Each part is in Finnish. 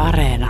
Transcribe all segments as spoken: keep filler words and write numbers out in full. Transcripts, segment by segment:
Areena.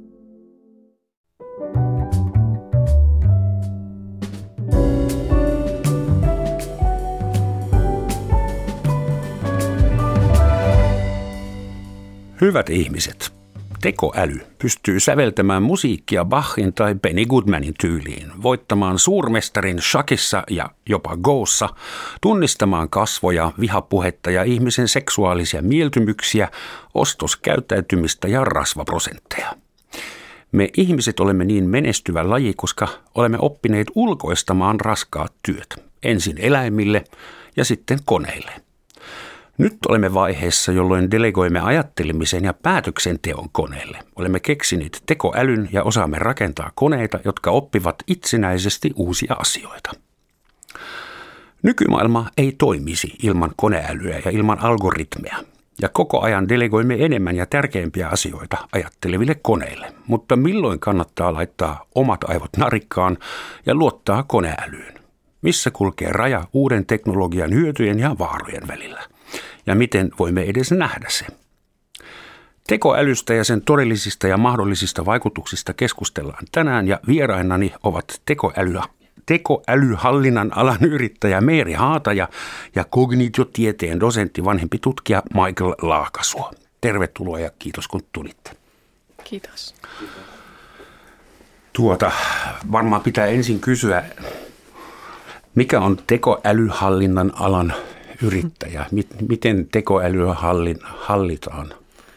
Hyvät ihmiset, tekoäly pystyy säveltämään musiikkia Bachin tai Benny Goodmanin tyyliin, voittamaan suurmestarin shakissa ja jopa goossa, tunnistamaan kasvoja, vihapuhetta ja ihmisen seksuaalisia mieltymyksiä, ostoskäyttäytymistä ja rasvaprosentteja. Me ihmiset olemme niin menestyvä laji, koska olemme oppineet ulkoistamaan raskaat työt, ensin eläimille ja sitten koneille. Nyt olemme vaiheessa, jolloin delegoimme ajattelemisen ja päätöksenteon koneelle. Olemme keksineet tekoälyn ja osaamme rakentaa koneita, jotka oppivat itsenäisesti uusia asioita. Nykymaailma ei toimisi ilman koneälyä ja ilman algoritmeja. Ja koko ajan delegoimme enemmän ja tärkeimpiä asioita ajatteleville koneille. Mutta milloin kannattaa laittaa omat aivot narikkaan ja luottaa koneälyyn? Missä kulkee raja uuden teknologian hyötyjen ja vaarojen välillä? Ja miten voimme edes nähdä se? Tekoälystä ja sen todellisista ja mahdollisista vaikutuksista keskustellaan tänään ja vierainani ovat tekoälyä, tekoälyhallinnan alan yrittäjä Meeri Haataja ja kognitiotieteen dosentti vanhempi tutkija Michael Laakasuo. Tervetuloa ja kiitos kun tulitte. Kiitos. Tuota, varmaan pitää ensin kysyä, mikä on tekoälyhallinnan alan yrittäjä? Miten tekoälyä hallitaan?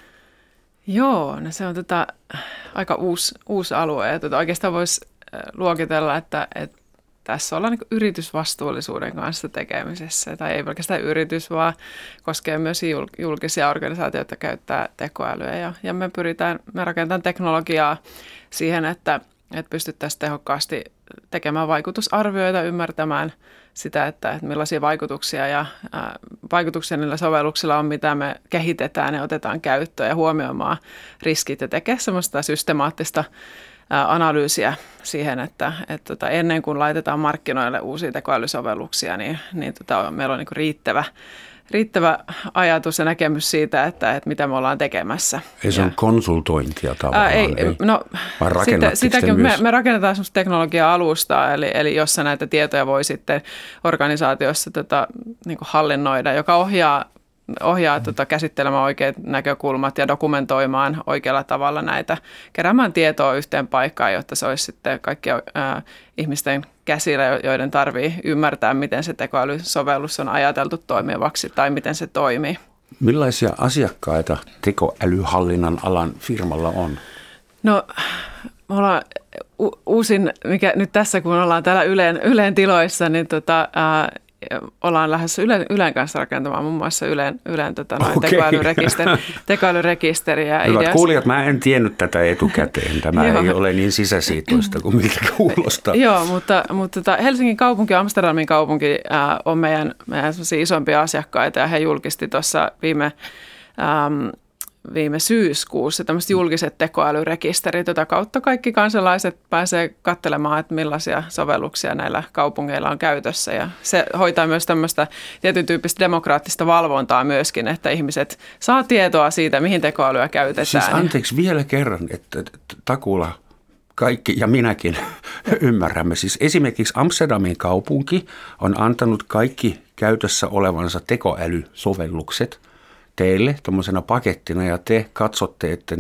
Joo, no se on tota, aika uusi, uusi alue. Ja tota, oikeastaan voisi luokitella, että, että tässä ollaan niin yritysvastuullisuuden kanssa tekemisessä. Tai ei pelkästään yritys, vaan koskee myös julkisia organisaatioita käyttää tekoälyä. Ja, ja me pyritään, me rakentamaan teknologiaa siihen, että, että pystyttäisiin tehokkaasti tekemään vaikutusarvioita, ymmärtämään sitä, että, että millaisia vaikutuksia ja ää, vaikutuksia niillä sovelluksilla on, mitä me kehitetään ja otetaan käyttöön ja huomioimaan riskit ja tekee semmoista systemaattista ää, analyysiä siihen, että, että tota, ennen kuin laitetaan markkinoille uusia tekoälysovelluksia, niin, niin tota, meillä on niin kuin riittävä, riittävä ajatus ja näkemys siitä, että, että mitä me ollaan tekemässä. Ei se ja, on konsultointia tavallaan, ää, ei, ei? No, Vai sitäkin myös? Me, me rakennetaan semmoista teknologia-alustaa, eli, eli jossa näitä tietoja voi sitten organisaatiossa tota, niin kuin hallinnoida, joka ohjaa, ohjaa tota, käsittelemään oikeat näkökulmat ja dokumentoimaan oikealla tavalla näitä, keräämään tietoa yhteen paikkaan, jotta se olisi sitten kaikkien ää, ihmisten käsillä, joiden tarvitsee ymmärtää, miten se tekoälysovellus on ajateltu toimivaksi tai miten se toimii. Millaisia asiakkaita tekoälyhallinnan alan firmalla on? No, me ollaan u- uusin, mikä nyt tässä kun ollaan täällä Ylen, Ylen tiloissa, niin tota, ää, ollaan lähdössä Ylen, Ylen kanssa rakentamaan muun muassa Ylen, Ylen tota, okay. tekoälyrekisteri, tekoälyrekisteriä. Hyvät ideassa. kuulijat, mä en tiennyt tätä etukäteen. Tämä ei ole niin sisäsiitoista kuin miltä kuulostaa. Joo, mutta, mutta tota, Helsingin kaupunki ja Amsterdamin kaupunki ää, on meidän, meidän isompia asiakkaita ja he julkisti tuossa viime... Ähm, viime syyskuussa tämmöiset julkiset tekoälyrekisterit, jota kautta kaikki kansalaiset pääsee katselemaan, että millaisia sovelluksia näillä kaupungeilla on käytössä. Ja se hoitaa myös tämmöistä tietyn tyyppistä demokraattista valvontaa myöskin, että ihmiset saa tietoa siitä, mihin tekoälyä käytetään. Siis anteeksi vielä kerran, että Takula, kaikki ja minäkin ymmärrämme. Siis esimerkiksi Amsterdamin kaupunki on antanut kaikki käytössä olevansa tekoälysovellukset teille tuommoisena pakettina ja te katsotte, että,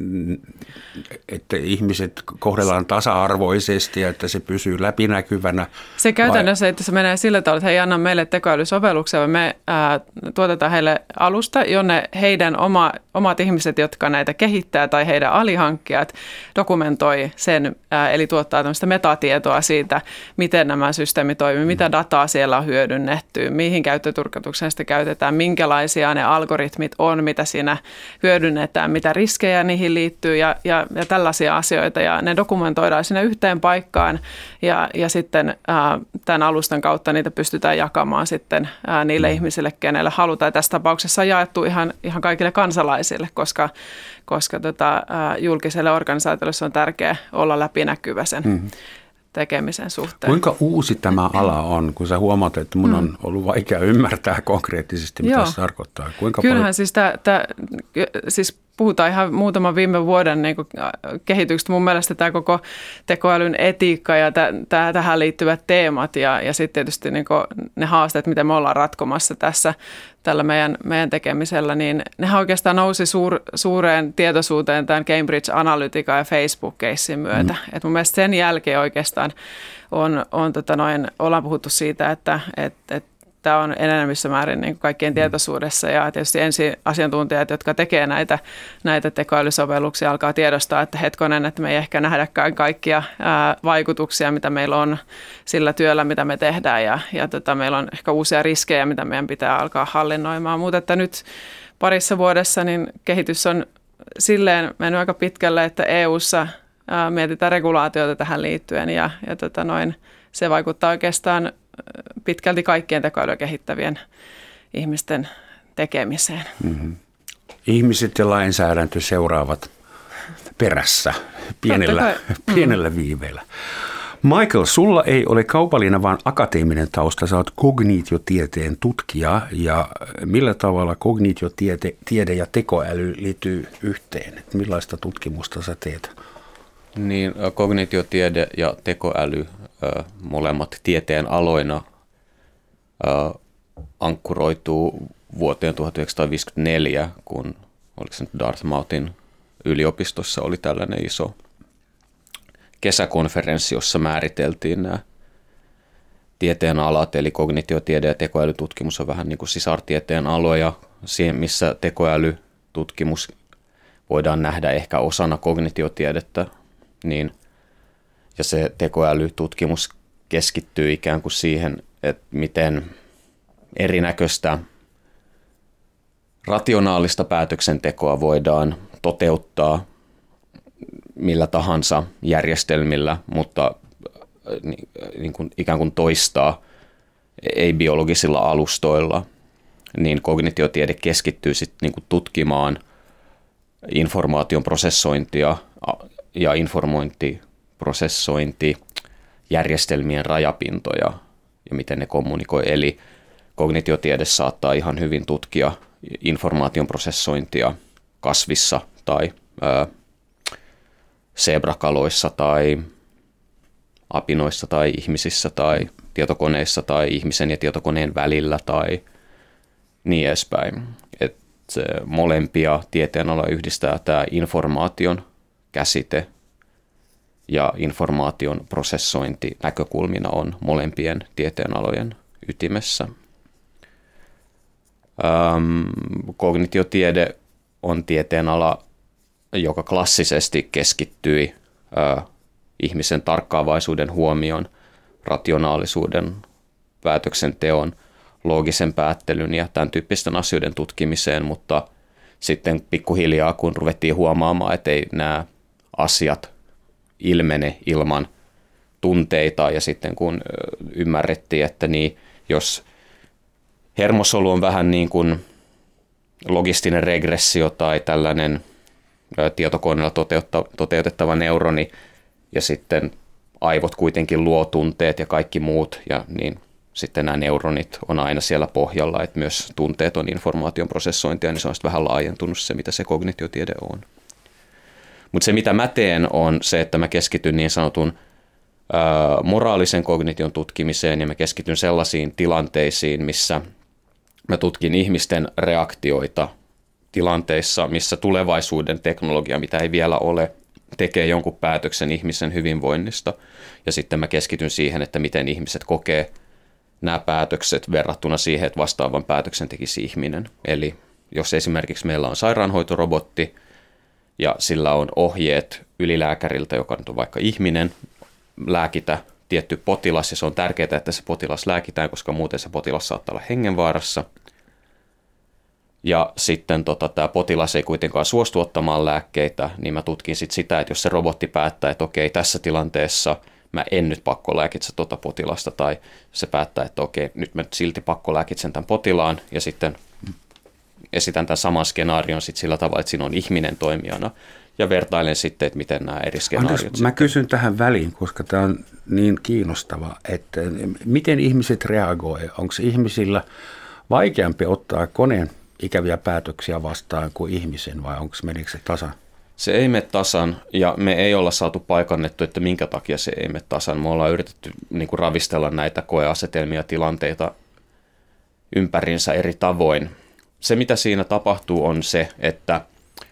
että ihmiset kohdellaan tasa-arvoisesti ja että se pysyy läpinäkyvänä. Se käytännössä, että se menee sillä tavalla, että he ei anna meille tekoälysovelluksia, vaan me ää, tuotetaan heille alusta, jonne heidän oma, omat ihmiset, jotka näitä kehittää tai heidän alihankkijat dokumentoi sen, ää, eli tuottaa tämmöistä metatietoa siitä, miten nämä systeemit toimii, mitä dataa siellä on hyödynnetty, mihin käyttöturkatukseen sitä käytetään, minkälaisia ne algoritmit on, mitä siinä hyödynnetään, mitä riskejä niihin liittyy ja, ja, ja tällaisia asioita. Ja ne dokumentoidaan sinne yhteen paikkaan ja, ja sitten ää, tämän alustan kautta niitä pystytään jakamaan sitten ää, niille mm. ihmisille, kenelle halutaan. Tässä tapauksessa on jaettu ihan, ihan kaikille kansalaisille, koska, koska tota, ää, julkiselle organisaatiolle se on tärkeää olla läpinäkyvä sen mm. tekemisen suhteen. Kuinka uusi tämä ala on, kun sä huomaat, että mun on ollut vaikea ymmärtää konkreettisesti, mitä Joo. se tarkoittaa? Kuinka Kyllähän paljon? siis, tää, tää, siis puhutaan ihan muutaman viime vuoden niin kuin kehityksestä. Mun mielestä tämä koko tekoälyn etiikka ja t- t- tähän liittyvät teemat ja, ja sitten tietysti niin kuin ne haasteet, mitä me ollaan ratkomassa tässä tällä meidän, meidän tekemisellä, niin nehän oikeastaan nousi suur, suureen tietoisuuteen tämän Cambridge Analytica ja Facebook-keissin myötä. Mm. Et mun mielestä sen jälkeen oikeastaan on, on tota noin, ollaan puhuttu siitä, että et, et tämä on enenevissä määrin niin kuin kaikkien tietoisuudessa ja tietysti ensin asiantuntijat, jotka tekee näitä, näitä tekoälysovelluksia, alkaa tiedostaa, että hetkonen, että me ei ehkä nähdäkään kaikkia ää, vaikutuksia, mitä meillä on sillä työllä, mitä me tehdään ja, ja tota, meillä on ehkä uusia riskejä, mitä meidän pitää alkaa hallinnoimaan, mutta että nyt parissa vuodessa niin kehitys on silleen mennyt aika pitkälle, että E U:ssa ää, mietitään regulaatioita tähän liittyen ja, ja tota noin, se vaikuttaa oikeastaan pitkälti kaikkien tekoälyä kehittävien ihmisten tekemiseen. Mm-hmm. Ihmiset ja lainsäädäntö seuraavat perässä pienellä, pienellä mm. viiveellä. Michael, sulla ei ole kaupallinen, vaan akateeminen tausta. Sä oot kognitiotieteen tutkija ja millä tavalla kognitiotiede tiede ja tekoäly liittyy yhteen? Et millaista tutkimusta sä teet? Niin, kognitiotiede ja tekoäly, molemmat tieteen aloina, ankkuroituu vuoteen tuhatyhdeksänsataaviisikymmentäneljä, kun oliko se nyt Dartmouthin yliopistossa oli tällainen iso kesäkonferenssi, jossa määriteltiin nämä tieteen alat, eli kognitiotiede ja tekoälytutkimus on vähän niin kuin sisartieteen aloja, siihen missä tekoälytutkimus voidaan nähdä ehkä osana kognitiotiedettä, niin, ja se tekoälytutkimus keskittyy ikään kuin siihen, että miten erinäköistä rationaalista päätöksentekoa voidaan toteuttaa millä tahansa järjestelmillä, mutta niin kuin ikään kuin toistaa ei-biologisilla alustoilla, niin kognitiotiede keskittyy sitten niin kuin tutkimaan informaation prosessointia ja informointiprosessointi järjestelmien rajapintoja ja miten ne kommunikoi. Eli kognitiotiede saattaa ihan hyvin tutkia informaation prosessointia kasvissa tai ää, zebrakaloissa tai apinoissa tai ihmisissä tai tietokoneissa tai ihmisen ja tietokoneen välillä tai niin edespäin. Et molempia tieteenaloja yhdistää tämä informaation käsite ja informaation prosessointi näkökulmina on molempien tieteenalojen ytimessä. Ähm, kognitiotiede on tieteenala, joka klassisesti keskittyi äh, ihmisen tarkkaavaisuuden huomion, rationaalisuuden, päätöksenteon, loogisen päättelyn ja tämän tyyppisten asioiden tutkimiseen, mutta sitten pikkuhiljaa, kun ruvettiin huomaamaan, että ei nämä asiat ilmene ilman tunteita ja sitten kun ymmärrettiin, että niin, jos hermosolu on vähän niin kuin logistinen regressio tai tällainen tietokoneella toteutettava neuroni ja sitten aivot kuitenkin luo tunteet ja kaikki muut ja niin sitten nämä neuronit on aina siellä pohjalla, että myös tunteet on informaation prosessointia, niin se on sitten vähän laajentunut se, mitä se kognitiotiede on. Mutta se, mitä mä teen, on se, että mä keskityn niin sanotun ää, moraalisen kognition tutkimiseen ja mä keskityn sellaisiin tilanteisiin, missä mä tutkin ihmisten reaktioita tilanteissa, missä tulevaisuuden teknologia, mitä ei vielä ole, tekee jonkun päätöksen ihmisen hyvinvoinnista. Ja sitten mä keskityn siihen, että miten ihmiset kokee nämä päätökset verrattuna siihen, että vastaavan päätöksen tekisi ihminen. Eli jos esimerkiksi meillä on sairaanhoitorobotti ja sillä on ohjeet ylilääkäriltä, joka nyt on vaikka ihminen, lääkitä tietty potilas ja se on tärkeää, että se potilas lääkitään, koska muuten se potilas saattaa olla hengenvaarassa. Ja sitten tota, tämä potilas ei kuitenkaan suostu ottamaan lääkkeitä, niin mä tutkin sit sitä, että jos se robotti päättää, että okei, tässä tilanteessa mä en nyt pakkolääkitse tuota potilasta, tai se päättää, että okei, nyt mä silti pakkolääkitsen tämän potilaan, ja sitten esitän tämän saman skenaarion sit sillä tavalla, että siinä on ihminen toimijana, ja vertailen sitten, että miten nämä eri skenaariot Anteeksi, sitten. Mä kysyn tähän väliin, koska tämä on niin kiinnostava, että miten ihmiset reagoivat? Onko ihmisillä vaikeampi ottaa koneen ikäviä päätöksiä vastaan kuin ihmisen vai onko menikö se tasan? Se ei mene tasan ja me ei olla saatu paikannettu, että minkä takia se ei mene tasan. Me ollaan yritetty niin kuin ravistella näitä koeasetelmia ja tilanteita ympärinsä eri tavoin. Se, mitä siinä tapahtuu, on se, että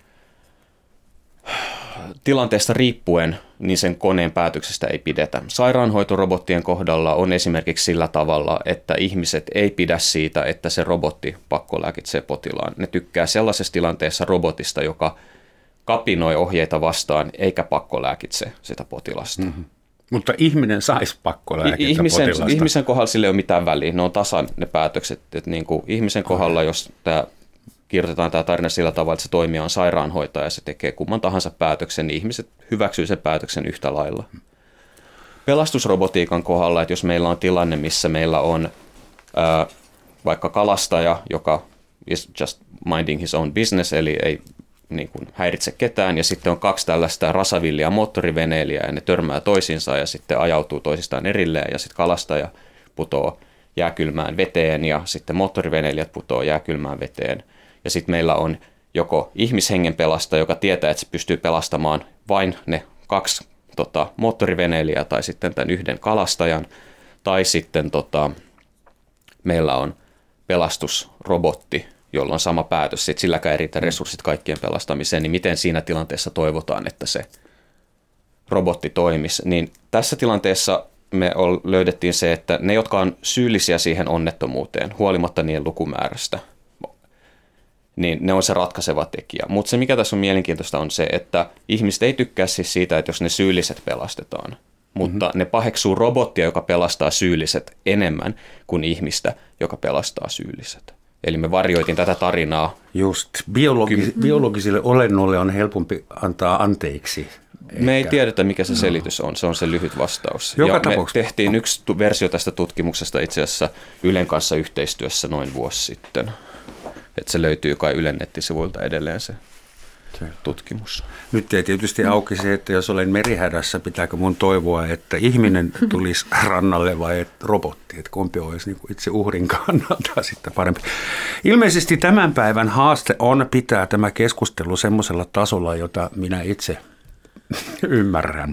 tilanteesta riippuen niin sen koneen päätöksestä ei pidetä. Sairaanhoitorobottien kohdalla on esimerkiksi sillä tavalla, että ihmiset ei pidä siitä, että se robotti pakkolääkitsee potilaan. Ne tykkää sellaisessa tilanteessa robotista, joka kapinoi ohjeita vastaan eikä pakkolääkitse sitä potilasta. Mm-hmm. Mutta ihminen saisi pakkolääkitä ihmisen, potilasta. Ihmisen kohdalla sille ei ole mitään väliä. Ne on tasan ne päätökset. Että niin kuin ihmisen kohdalla, jos tämä kirjoitetaan tämä tarina sillä tavalla, että se toimija on sairaanhoitaja ja se tekee kumman tahansa päätöksen, niin ihmiset hyväksyy sen päätöksen yhtä lailla. Pelastusrobotiikan kohdalla, että jos meillä on tilanne, missä meillä on ää, vaikka kalastaja, joka is just minding his own business, eli ei niin kuin häiritse ketään, ja sitten on kaksi tällaista rasavillia moottoriveneilijää, ja ne törmää toisiinsa ja sitten ajautuu toisistaan erilleen, ja sitten kalastaja putoo jääkylmään veteen, ja sitten moottoriveneilijät putoo jääkylmään veteen. Ja sitten meillä on joko ihmishengen pelastaja, joka tietää, että se pystyy pelastamaan vain ne kaksi tota, moottoriveneilijää, tai sitten tämän yhden kalastajan, tai sitten tota, meillä on pelastusrobotti, jolla on sama päätös, että silläkään ei riitä resurssit kaikkien pelastamiseen, niin miten siinä tilanteessa toivotaan, että se robotti toimisi. Niin tässä tilanteessa me löydettiin se, että ne, jotka on syyllisiä siihen onnettomuuteen, huolimatta niiden lukumäärästä, niin ne on se ratkaiseva tekijä. Mutta se, mikä tässä on mielenkiintoista, on se, että ihmiset ei tykkää siis siitä, että jos ne syylliset pelastetaan, mutta mm-hmm. ne paheksuu robottia, joka pelastaa syylliset enemmän kuin ihmistä, joka pelastaa syylliset. Eli me varjoitin tätä tarinaa. Just. Biologi- biologisille olennoille on helpompi antaa anteeksi. Ehkä. Me ei tiedetä, mikä se selitys on. Se on se lyhyt vastaus. Joka ja tapauksessa. Me tehtiin yksi versio tästä tutkimuksesta itse asiassa Ylen kanssa yhteistyössä noin vuosi sitten. Että se löytyy kai Ylen nettisivuilta edelleen se tutkimus. Nyt ei tietysti auki se, että jos olen merihädässä, pitääkö mun toivoa, että ihminen tulisi rannalle vai että robotti, että kumpi olisi niin kuin itse uhrin kannalta sitten parempi. Ilmeisesti tämän päivän haaste on pitää tämä keskustelu semmoisella tasolla, jota minä itse ymmärrän.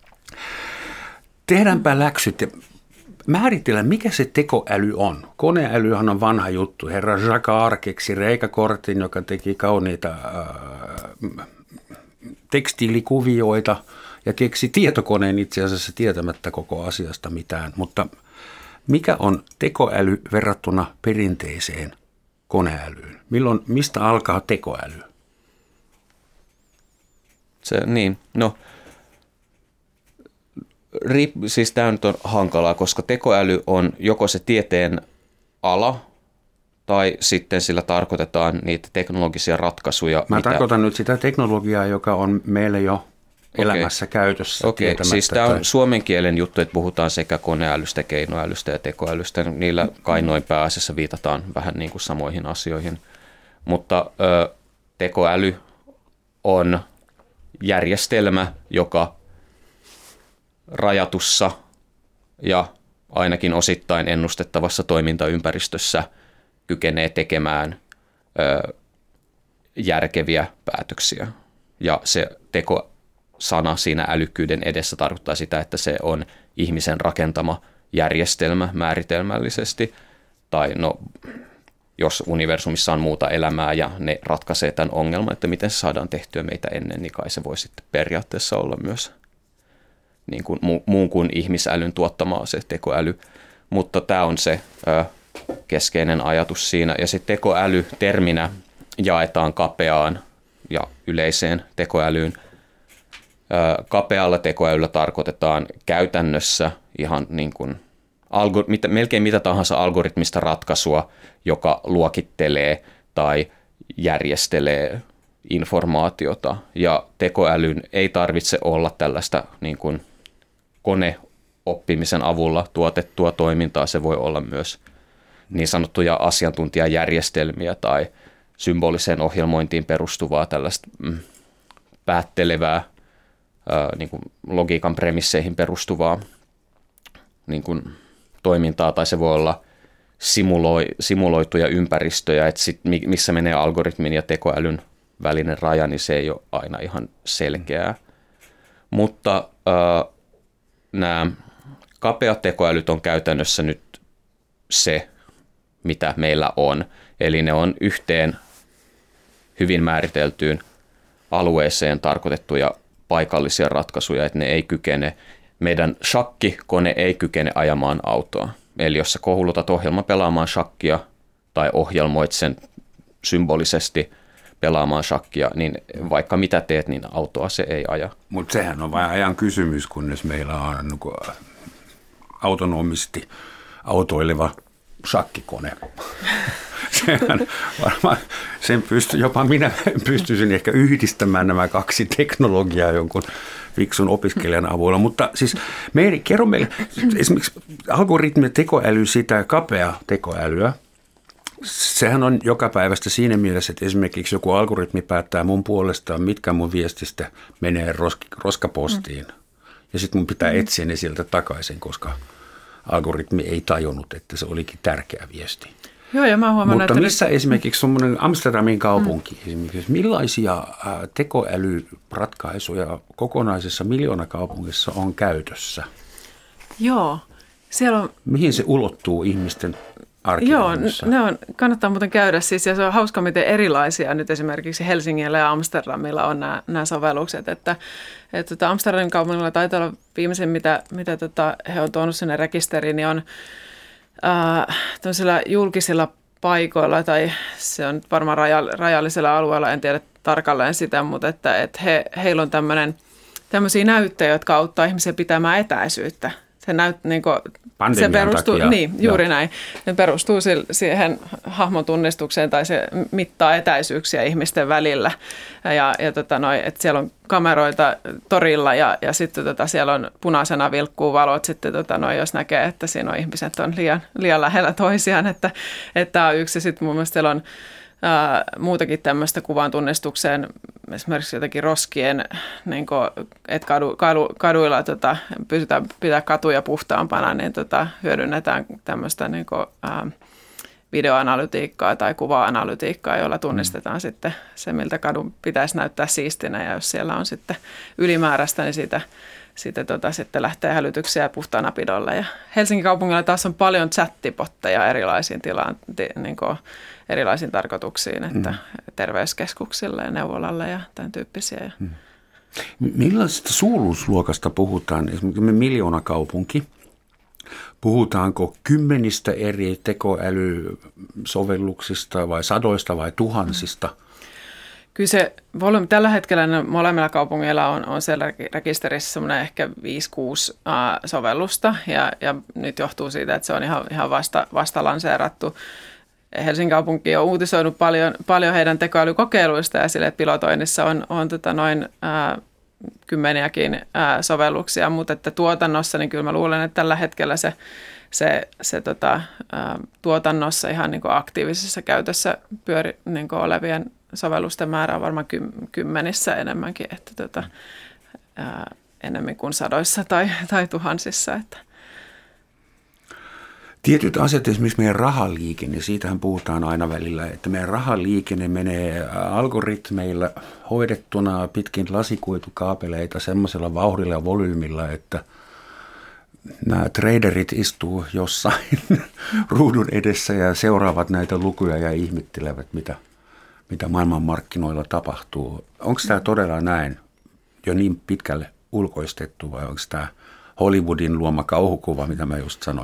Tehdäänpä läksyt ja määritellään, mikä se tekoäly on. Koneälyhän on vanha juttu. Herra Jacquard keksi reikäkortin, joka teki kauniita äh, tekstiilikuvioita ja keksi tietokoneen itse asiassa tietämättä koko asiasta mitään. Mutta mikä on tekoäly verrattuna perinteiseen koneälyyn? Milloin, mistä alkaa tekoäly? Se, niin, no... Riip, siis tämä nyt on hankalaa, koska tekoäly on joko se tieteen ala tai sitten sillä tarkoitetaan niitä teknologisia ratkaisuja. Mä mitä... tarkoitan nyt sitä teknologiaa, joka on meille jo elämässä okay. käytössä. Okei, okay. Siis tämä on tai... suomen kielen juttu, että puhutaan sekä koneälystä, keinoälystä ja tekoälystä. Niillä kai noin pääasiassa viitataan vähän niin kuin samoihin asioihin. Mutta ö, tekoäly on järjestelmä, joka rajatussa ja ainakin osittain ennustettavassa toimintaympäristössä kykenee tekemään ö, järkeviä päätöksiä. Ja se tekosana siinä älykkyyden edessä tarkoittaa sitä, että se on ihmisen rakentama järjestelmä määritelmällisesti. Tai no, jos universumissa on muuta elämää ja ne ratkaisee tämän ongelman, että miten se saadaan tehtyä meitä ennen, niin kai se voi sitten periaatteessa olla myös niin kuin muun kuin ihmisälyn tuottamaa se tekoäly, mutta tämä on se ö, keskeinen ajatus siinä. Ja sitten tekoäly terminä jaetaan kapeaan ja yleiseen tekoälyyn. Ö, kapealla tekoälyllä tarkoitetaan käytännössä ihan niin kuin algo, mitä, melkein mitä tahansa algoritmista ratkaisua, joka luokittelee tai järjestelee informaatiota. Ja tekoälyn ei tarvitse olla tällaista niin kuin koneoppimisen avulla tuotettua toimintaa. Se voi olla myös niin sanottuja asiantuntijajärjestelmiä tai symboliseen ohjelmointiin perustuvaa tällaista mm, päättelevää ää, niin kuin logiikan premisseihin perustuvaa niin kuin toimintaa, tai se voi olla simuloi, simuloituja ympäristöjä, että sit, missä menee algoritmin ja tekoälyn välinen raja, niin se ei ole aina ihan selkeää. Mutta äh, nämä kapeat tekoälyt on käytännössä nyt se, mitä meillä on. Eli ne on yhteen hyvin määriteltyyn alueeseen tarkoitettuja paikallisia ratkaisuja, että ne ei kykene, meidän shakkikone ei kykene ajamaan autoa. Eli jos sä koulutat ohjelma pelaamaan shakkia tai ohjelmoit sen symbolisesti pelaamaan shakkia, niin vaikka mitä teet, niin autoa se ei aja. Mutta sehän on vain ajan kysymys, kunnes meillä on autonomisti autoileva shakkikone. Sehän varmaan, sen pysty, jopa minä pystyisin ehkä yhdistämään nämä kaksi teknologiaa jonkun fiksun opiskelijan avulla. Mutta siis Meeri, kerro meille, esimerkiksi algoritmi ja tekoäly, sitä kapea tekoälyä, sehän on joka päivästä siinä mielessä, että esimerkiksi joku algoritmi päättää mun puolestaan, mitkä mun viestistä menee rosk- roskapostiin. Mm. Ja sitten mun pitää etsiä ne sieltä takaisin, koska algoritmi ei tajunnut, että se olikin tärkeä viesti. Joo, ja mä huomaan, Mutta että missä nyt esimerkiksi semmoinen Amsterdamin kaupunki, mm. esimerkiksi millaisia tekoälyratkaisuja kokonaisessa miljoonakaupungissa on käytössä? Joo, siellä on... Mihin se ulottuu ihmisten Joo, arkielämässä? ne on, kannattaa muuten käydä siis, ja se on hauska, miten erilaisia nyt esimerkiksi Helsingillä ja Amsterdamilla on nämä, nämä sovellukset, että, että tota Amsterdamin kaupungilla taitaa olla viimeisen, mitä, mitä tota, he on tuonut sinne rekisteriin, niin on äh, tämmöisillä julkisilla paikoilla, tai se on varmaan rajallisella alueella, en tiedä tarkalleen sitä, mutta että, että he, heillä on tämmöinen, tämmöisiä näyttöjä, jotka auttaa ihmisiä pitämään etäisyyttä. Se, näyt, niin kuin, se perustuu, takia. Niin, juuri Joo. näin. Se perustuu siihen hahmon tunnistukseen tai se mittaa etäisyyksiä ihmisten välillä. Ja, ja tota noi, että siellä on kameroita torilla ja, ja sitten tota, siellä on punaisena vilkkuu valot sitten, tota noi, jos näkee, että siinä on ihmiset on liian, liian lähellä toisiaan. Että, että tämä on yksi. Sitten mun mielestä siellä on ää, muutakin tämmöistä kuvan tunnistukseen, esimerkiksi jotenkin roskien, niin kuin, että kadu, kadu, kaduilla tota, pystytään pitää katuja puhtaampana, niin tota, hyödynnetään tämmöistä niin kuin, ää, videoanalytiikkaa tai kuva-analytiikkaa, jolla tunnistetaan mm. sitten se, miltä kadun pitäisi näyttää siistinä, ja jos siellä on sitten ylimääräistä, niin siitä, siitä tota, sitten lähtee hälytyksiä puhtaanapidolle. Ja Helsingin kaupungilla taas on paljon chattibotteja erilaisiin tilaan, niin kuin erilaisiin tarkoituksiin, että mm. terveyskeskuksille ja neuvolalle ja tämän tyyppisiä. Mm. Millaisesta suuruusluokasta puhutaan? Esimerkiksi miljoonakaupunki. Puhutaanko kymmenistä eri tekoälysovelluksista vai sadoista vai tuhansista? Kyllä se volyymi tällä hetkellä molemmilla kaupungeilla on, on siellä rekisterissä semmoinen ehkä viisi kuusi uh, sovellusta ja, ja nyt johtuu siitä, että se on ihan, ihan vasta, vasta lanseerattu. Helsingin kaupunki on uutisoinut paljon, paljon heidän tekoälykokeiluista ja sille, että pilotoinnissa on, on tota noin uh, kymmeniäkin ää, sovelluksia, mutta että tuotannossa, niin kyllä mä luulen, että tällä hetkellä se, se, se tota, ää, tuotannossa ihan niin kuin aktiivisessa käytössä pyöri, niin kuin olevien sovellusten määrä on varmaan ky, kymmenissä enemmänkin, että tota, ää, enemmän kuin sadoissa tai, tai tuhansissa. Että. Tietyt asiat, esimerkiksi meidän rahaliikenne, siitähän puhutaan aina välillä, että meidän rahaliikenne menee algoritmeilla hoidettuna pitkin lasikuitukaapeleita semmoisella vauhdilla ja volyymilla, että nämä traderit istuu jossain ruudun edessä ja seuraavat näitä lukuja ja ihmettelevät, mitä, mitä maailmanmarkkinoilla tapahtuu. Onko tämä todella näin jo niin pitkälle ulkoistettu vai onko tämä Hollywoodin luoma kauhukuva, mitä mä just sanoin?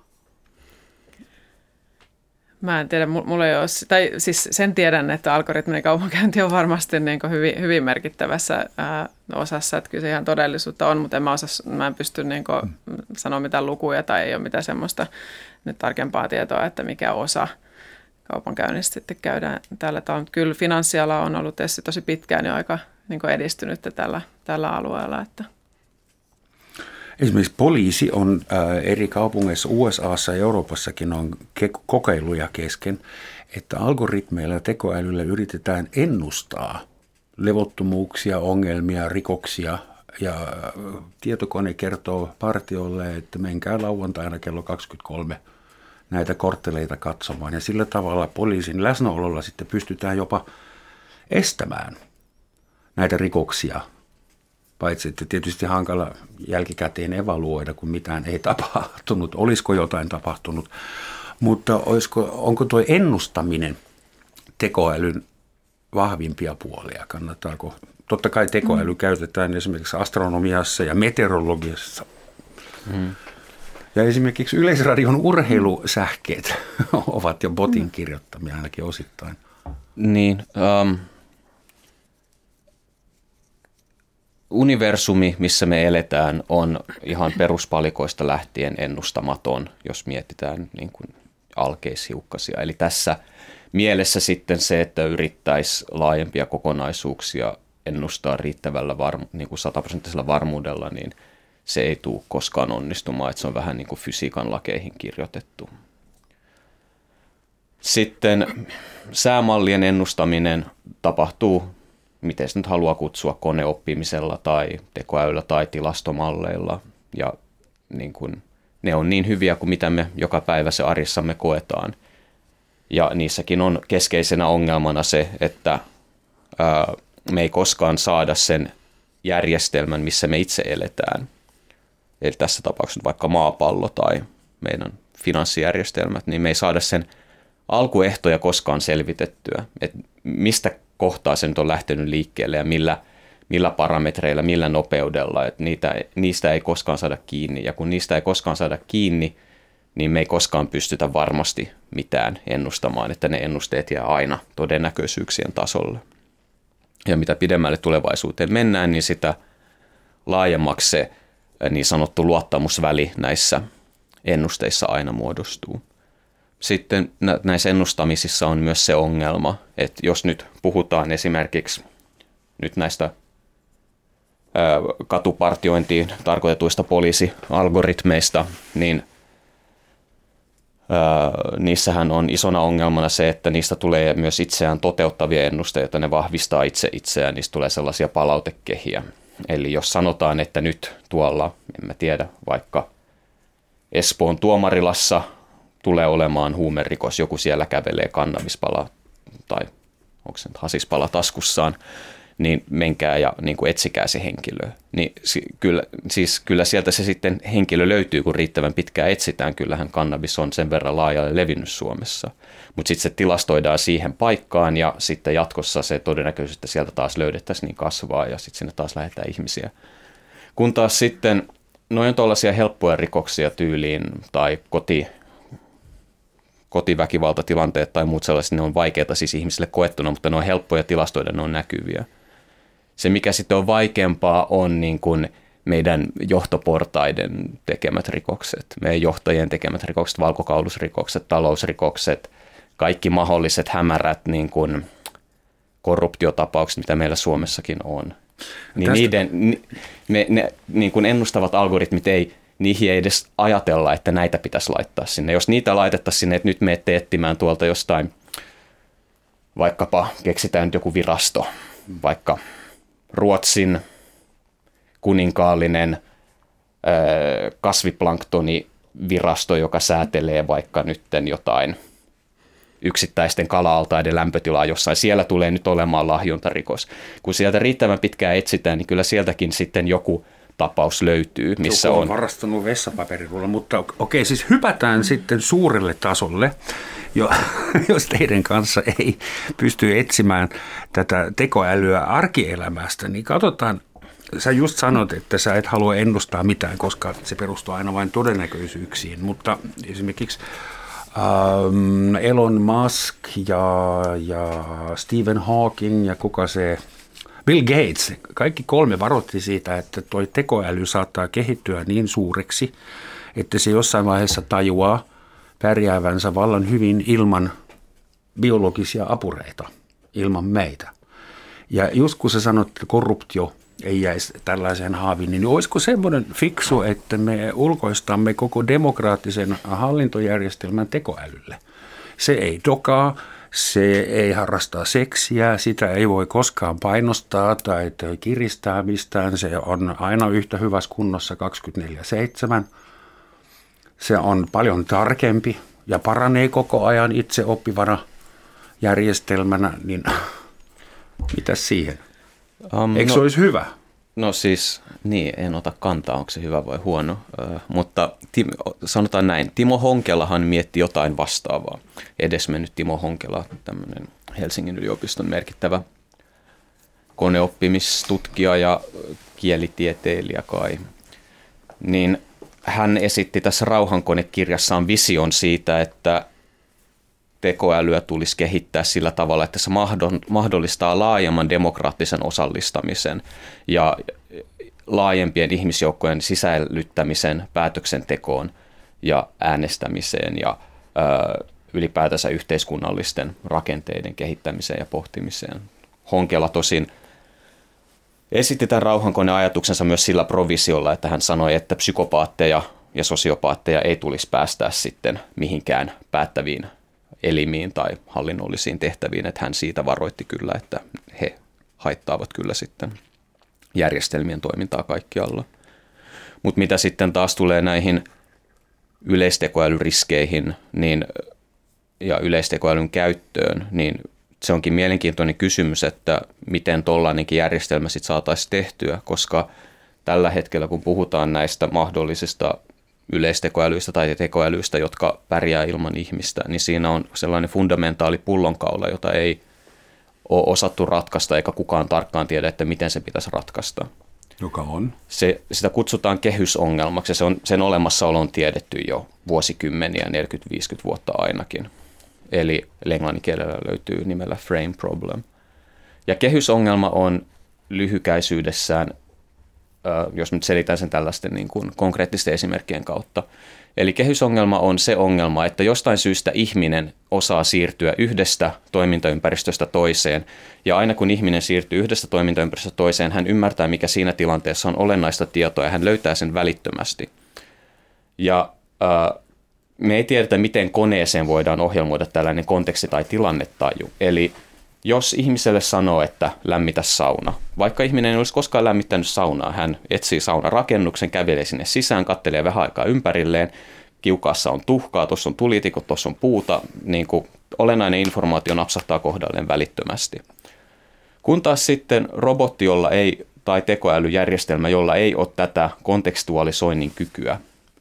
Mä en tiedä, mulla ei ole, tai siis sen tiedän, että algoritminen kaupankäynti on varmasti niin kuin hyvin, hyvin merkittävässä ää, osassa, että kyllä se ihan todellisuutta on, mutta en mä, osaa, mä en pysty niin kuin sanoa mitään lukuja tai ei ole mitään semmoista nyt tarkempaa tietoa, että mikä osa kaupankäynnistä sitten käydään tällä tavalla. Kyllä finanssiala on ollut tietysti tosi pitkään jo aika niin kuin edistynyt tällä, tällä alueella, että esimerkiksi poliisi on ää, eri kaupungeissa U S A:ssa ja Euroopassakin on ke- kokeiluja kesken, että algoritmeilla ja tekoälyllä yritetään ennustaa levottomuuksia, ongelmia, rikoksia ja tietokone kertoo partiolle, että menkää lauantaina kello kaksikymmentäkolme näitä kortteleita katsomaan. Ja sillä tavalla poliisin läsnäololla sitten pystytään jopa estämään näitä rikoksia. Paitsi että tietysti hankala jälkikäteen evaluoida, kun mitään ei tapahtunut. Olisiko jotain tapahtunut. Mutta olisiko, onko tuo ennustaminen tekoälyn vahvimpia puolia? Kannattaako? Totta kai tekoäly mm. käytetään esimerkiksi astronomiassa ja meteorologiassa. Mm. Ja esimerkiksi Yleisradion urheilusähkeet ovat jo botin kirjoittamia ainakin osittain. Niin. Um, universumi, missä me eletään, on ihan peruspalikoista lähtien ennustamaton, jos mietitään niin kuin alkeishiukkasia. Eli tässä mielessä sitten se, että yrittäisi laajempia kokonaisuuksia ennustaa riittävällä varmu- niin kuin sataprosenttisella varmuudella, niin se ei tule koskaan onnistumaan, että se on vähän niin kuin fysiikan lakeihin kirjoitettu. Sitten säämallien ennustaminen tapahtuu, miten se nyt haluaa kutsua, koneoppimisella tai tekoälyllä tai tilastomalleilla. Ja niin kuin, ne on niin hyviä kuin mitä me joka päivä se arjessamme koetaan. Ja niissäkin on keskeisenä ongelmana se, että ää, me ei koskaan saada sen järjestelmän, missä me itse eletään. Eli tässä tapauksessa vaikka maapallo tai meidän finanssijärjestelmät, niin me ei saada sen alkuehtoja koskaan selvitettyä, että mistä kohtaa se nyt on lähtenyt liikkeelle ja millä, millä parametreilla, millä nopeudella, että niitä, niistä ei koskaan saada kiinni. Ja kun niistä ei koskaan saada kiinni, niin me ei koskaan pystytä varmasti mitään ennustamaan, että ne ennusteet jää aina todennäköisyyksien tasolle. Ja mitä pidemmälle tulevaisuuteen mennään, niin sitä laajemmaksi se niin sanottu luottamusväli näissä ennusteissa aina muodostuu. Sitten näissä ennustamisissa on myös se ongelma, että jos nyt puhutaan esimerkiksi nyt näistä katupartiointiin tarkoitetuista poliisialgoritmeista, niin niissähän on isona ongelmana se, että niistä tulee myös itseään toteuttavia ennusteita, ne vahvistaa itse itseään, niistä tulee sellaisia palautekehiä. Eli jos sanotaan, että nyt tuolla, en mä tiedä, vaikka Espoon Tuomarilassa tulee olemaan huumerikos, joku siellä kävelee kannabispala tai onko se nyt hasispala taskussaan, niin menkää ja niin kuin etsikää se henkilö. Niin, kyllä, siis kyllä sieltä se sitten henkilö löytyy, kun riittävän pitkään etsitään. Kyllähän kannabis on sen verran laajalle levinnyt Suomessa. Mutta sitten se tilastoidaan siihen paikkaan ja sitten jatkossa se todennäköisesti, että sieltä taas löydettäisiin, niin kasvaa ja sitten sinne taas lähdetään ihmisiä. Kun taas sitten noin on tuollaisia helppoja rikoksia tyyliin tai koti, kotiväkivaltatilanteet tai muut sellaiset, ne on vaikeita siis ihmisille koettuna, mutta ne on helppoja tilastoida, ne on näkyviä. Se, mikä sitten on vaikeampaa, on niin kuin meidän johtoportaiden tekemät rikokset, meidän johtajien tekemät rikokset, valkokaulusrikokset, talousrikokset, kaikki mahdolliset hämärät niin kuin korruptiotapaukset, mitä meillä Suomessakin on. Niin niiden, ne, ne niin kuin ennustavat algoritmit, ei, niihin ei edes ajatella, että näitä pitäisi laittaa sinne. Jos niitä laitettaisiin sinne, että nyt menette etsimään tuolta jostain, vaikkapa keksitään nyt joku virasto, vaikka Ruotsin kuninkaallinen kasviplanktoni-virasto, joka säätelee vaikka nytten jotain yksittäisten kala-altaiden lämpötilaa jossain. Siellä tulee nyt olemaan lahjontarikos. Kun sieltä riittävän pitkään etsitään, niin kyllä sieltäkin sitten joku tapaus löytyy, missä joku on. on varastanut vessapaperirulla, mutta okei, siis hypätään sitten suurelle tasolle, jo, jos teidän kanssa ei pysty etsimään tätä tekoälyä arkielämästä, niin katsotaan, sä just sanot, että sä et halua ennustaa mitään, koska se perustuu aina vain todennäköisyyksiin, mutta esimerkiksi ähm, Elon Musk ja, ja Stephen Hawking ja kuka se Bill Gates, kaikki kolme varoitti siitä, että tuo tekoäly saattaa kehittyä niin suureksi, että se jossain vaiheessa tajuaa pärjäävänsä vallan hyvin ilman biologisia apureita, ilman meitä. Ja just kun sä sanot, että korruptio ei jäisi tällaiseen haaviin, niin olisiko semmoinen fiksu, että me ulkoistamme koko demokraattisen hallintojärjestelmän tekoälylle? Se ei dokaa. Se ei harrasta seksiä, sitä ei voi koskaan painostaa tai kiristää mistään. Se on aina yhtä hyvässä kunnossa kaksikymmentäneljä seitsemän. Se on paljon tarkempi ja paranee koko ajan itse oppivana järjestelmänä, niin mitäs siihen? Um, Eikö no, se olisi hyvä? No siis, niin, en ota kantaa, onko se hyvä vai huono, uh, mutta Tim, sanotaan näin, Timo Honkelahan mietti jotain vastaavaa. Edesmennyt Timo Honkela, tämmöinen Helsingin yliopiston merkittävä koneoppimistutkija ja kielitieteilijä kai, niin hän esitti tässä Rauhankonekirjassaan vision siitä, että tekoälyä tulisi kehittää sillä tavalla, että se mahdollistaa laajemman demokraattisen osallistamisen ja laajempien ihmisjoukkojen sisällyttämisen päätöksentekoon ja äänestämiseen ja ö, ylipäätänsä yhteiskunnallisten rakenteiden kehittämiseen ja pohtimiseen. Honkela tosin esitti tämän rauhankoneajatuksensa myös sillä provisiolla, että hän sanoi, että psykopaatteja ja sosiopaatteja ei tulisi päästää sitten mihinkään päättäviin elimiin tai hallinnollisiin tehtäviin, että hän siitä varoitti kyllä, että he haittaavat kyllä sitten järjestelmien toimintaa kaikkialla. Mutta mitä sitten taas tulee näihin yleistekoälyriskeihin niin, ja yleistekoälyn käyttöön, niin se onkin mielenkiintoinen kysymys, että miten tollainenkin järjestelmä sitten saataisiin tehtyä, koska tällä hetkellä kun puhutaan näistä mahdollisista yleistekoälyistä tai tekoälyistä, jotka pärjää ilman ihmistä, niin siinä on sellainen fundamentaali pullonkaula, jota ei ole osattu ratkaista eikä kukaan tarkkaan tiedä, että miten se pitäisi ratkaista. Joka on? Se, sitä kutsutaan kehysongelmaksi ja se on, sen olemassaolo on tiedetty jo vuosikymmeniä, neljäkymmentä viisikymmentä vuotta ainakin. Eli englannin kielellä löytyy nimellä frame problem. Ja kehysongelma on lyhykäisyydessään, jos nyt selitän sen tällaisten niin kuin konkreettisten esimerkkien kautta. Eli kehysongelma on se ongelma, että jostain syystä ihminen osaa siirtyä yhdestä toimintaympäristöstä toiseen. Ja aina kun ihminen siirtyy yhdestä toimintaympäristöstä toiseen, hän ymmärtää, mikä siinä tilanteessa on olennaista tietoa ja hän löytää sen välittömästi. Ja äh, me ei tiedetä, miten koneeseen voidaan ohjelmoida tällainen konteksti- tai tilannetaju. Eli jos ihmiselle sanoo, että lämmitä sauna, vaikka ihminen ei olisi koskaan lämmittänyt saunaa, hän etsii saunarakennuksen, kävelee sinne sisään, katselee vähän aikaa ympärilleen, kiukaassa on tuhkaa, tuossa on tulitikut, tuossa on puuta, niin kuin olennainen informaatio napsahtaa kohdalleen välittömästi. Kun taas sitten robotti, jolla ei, tai tekoälyjärjestelmä, jolla ei ole tätä kontekstualisoinnin kykyä,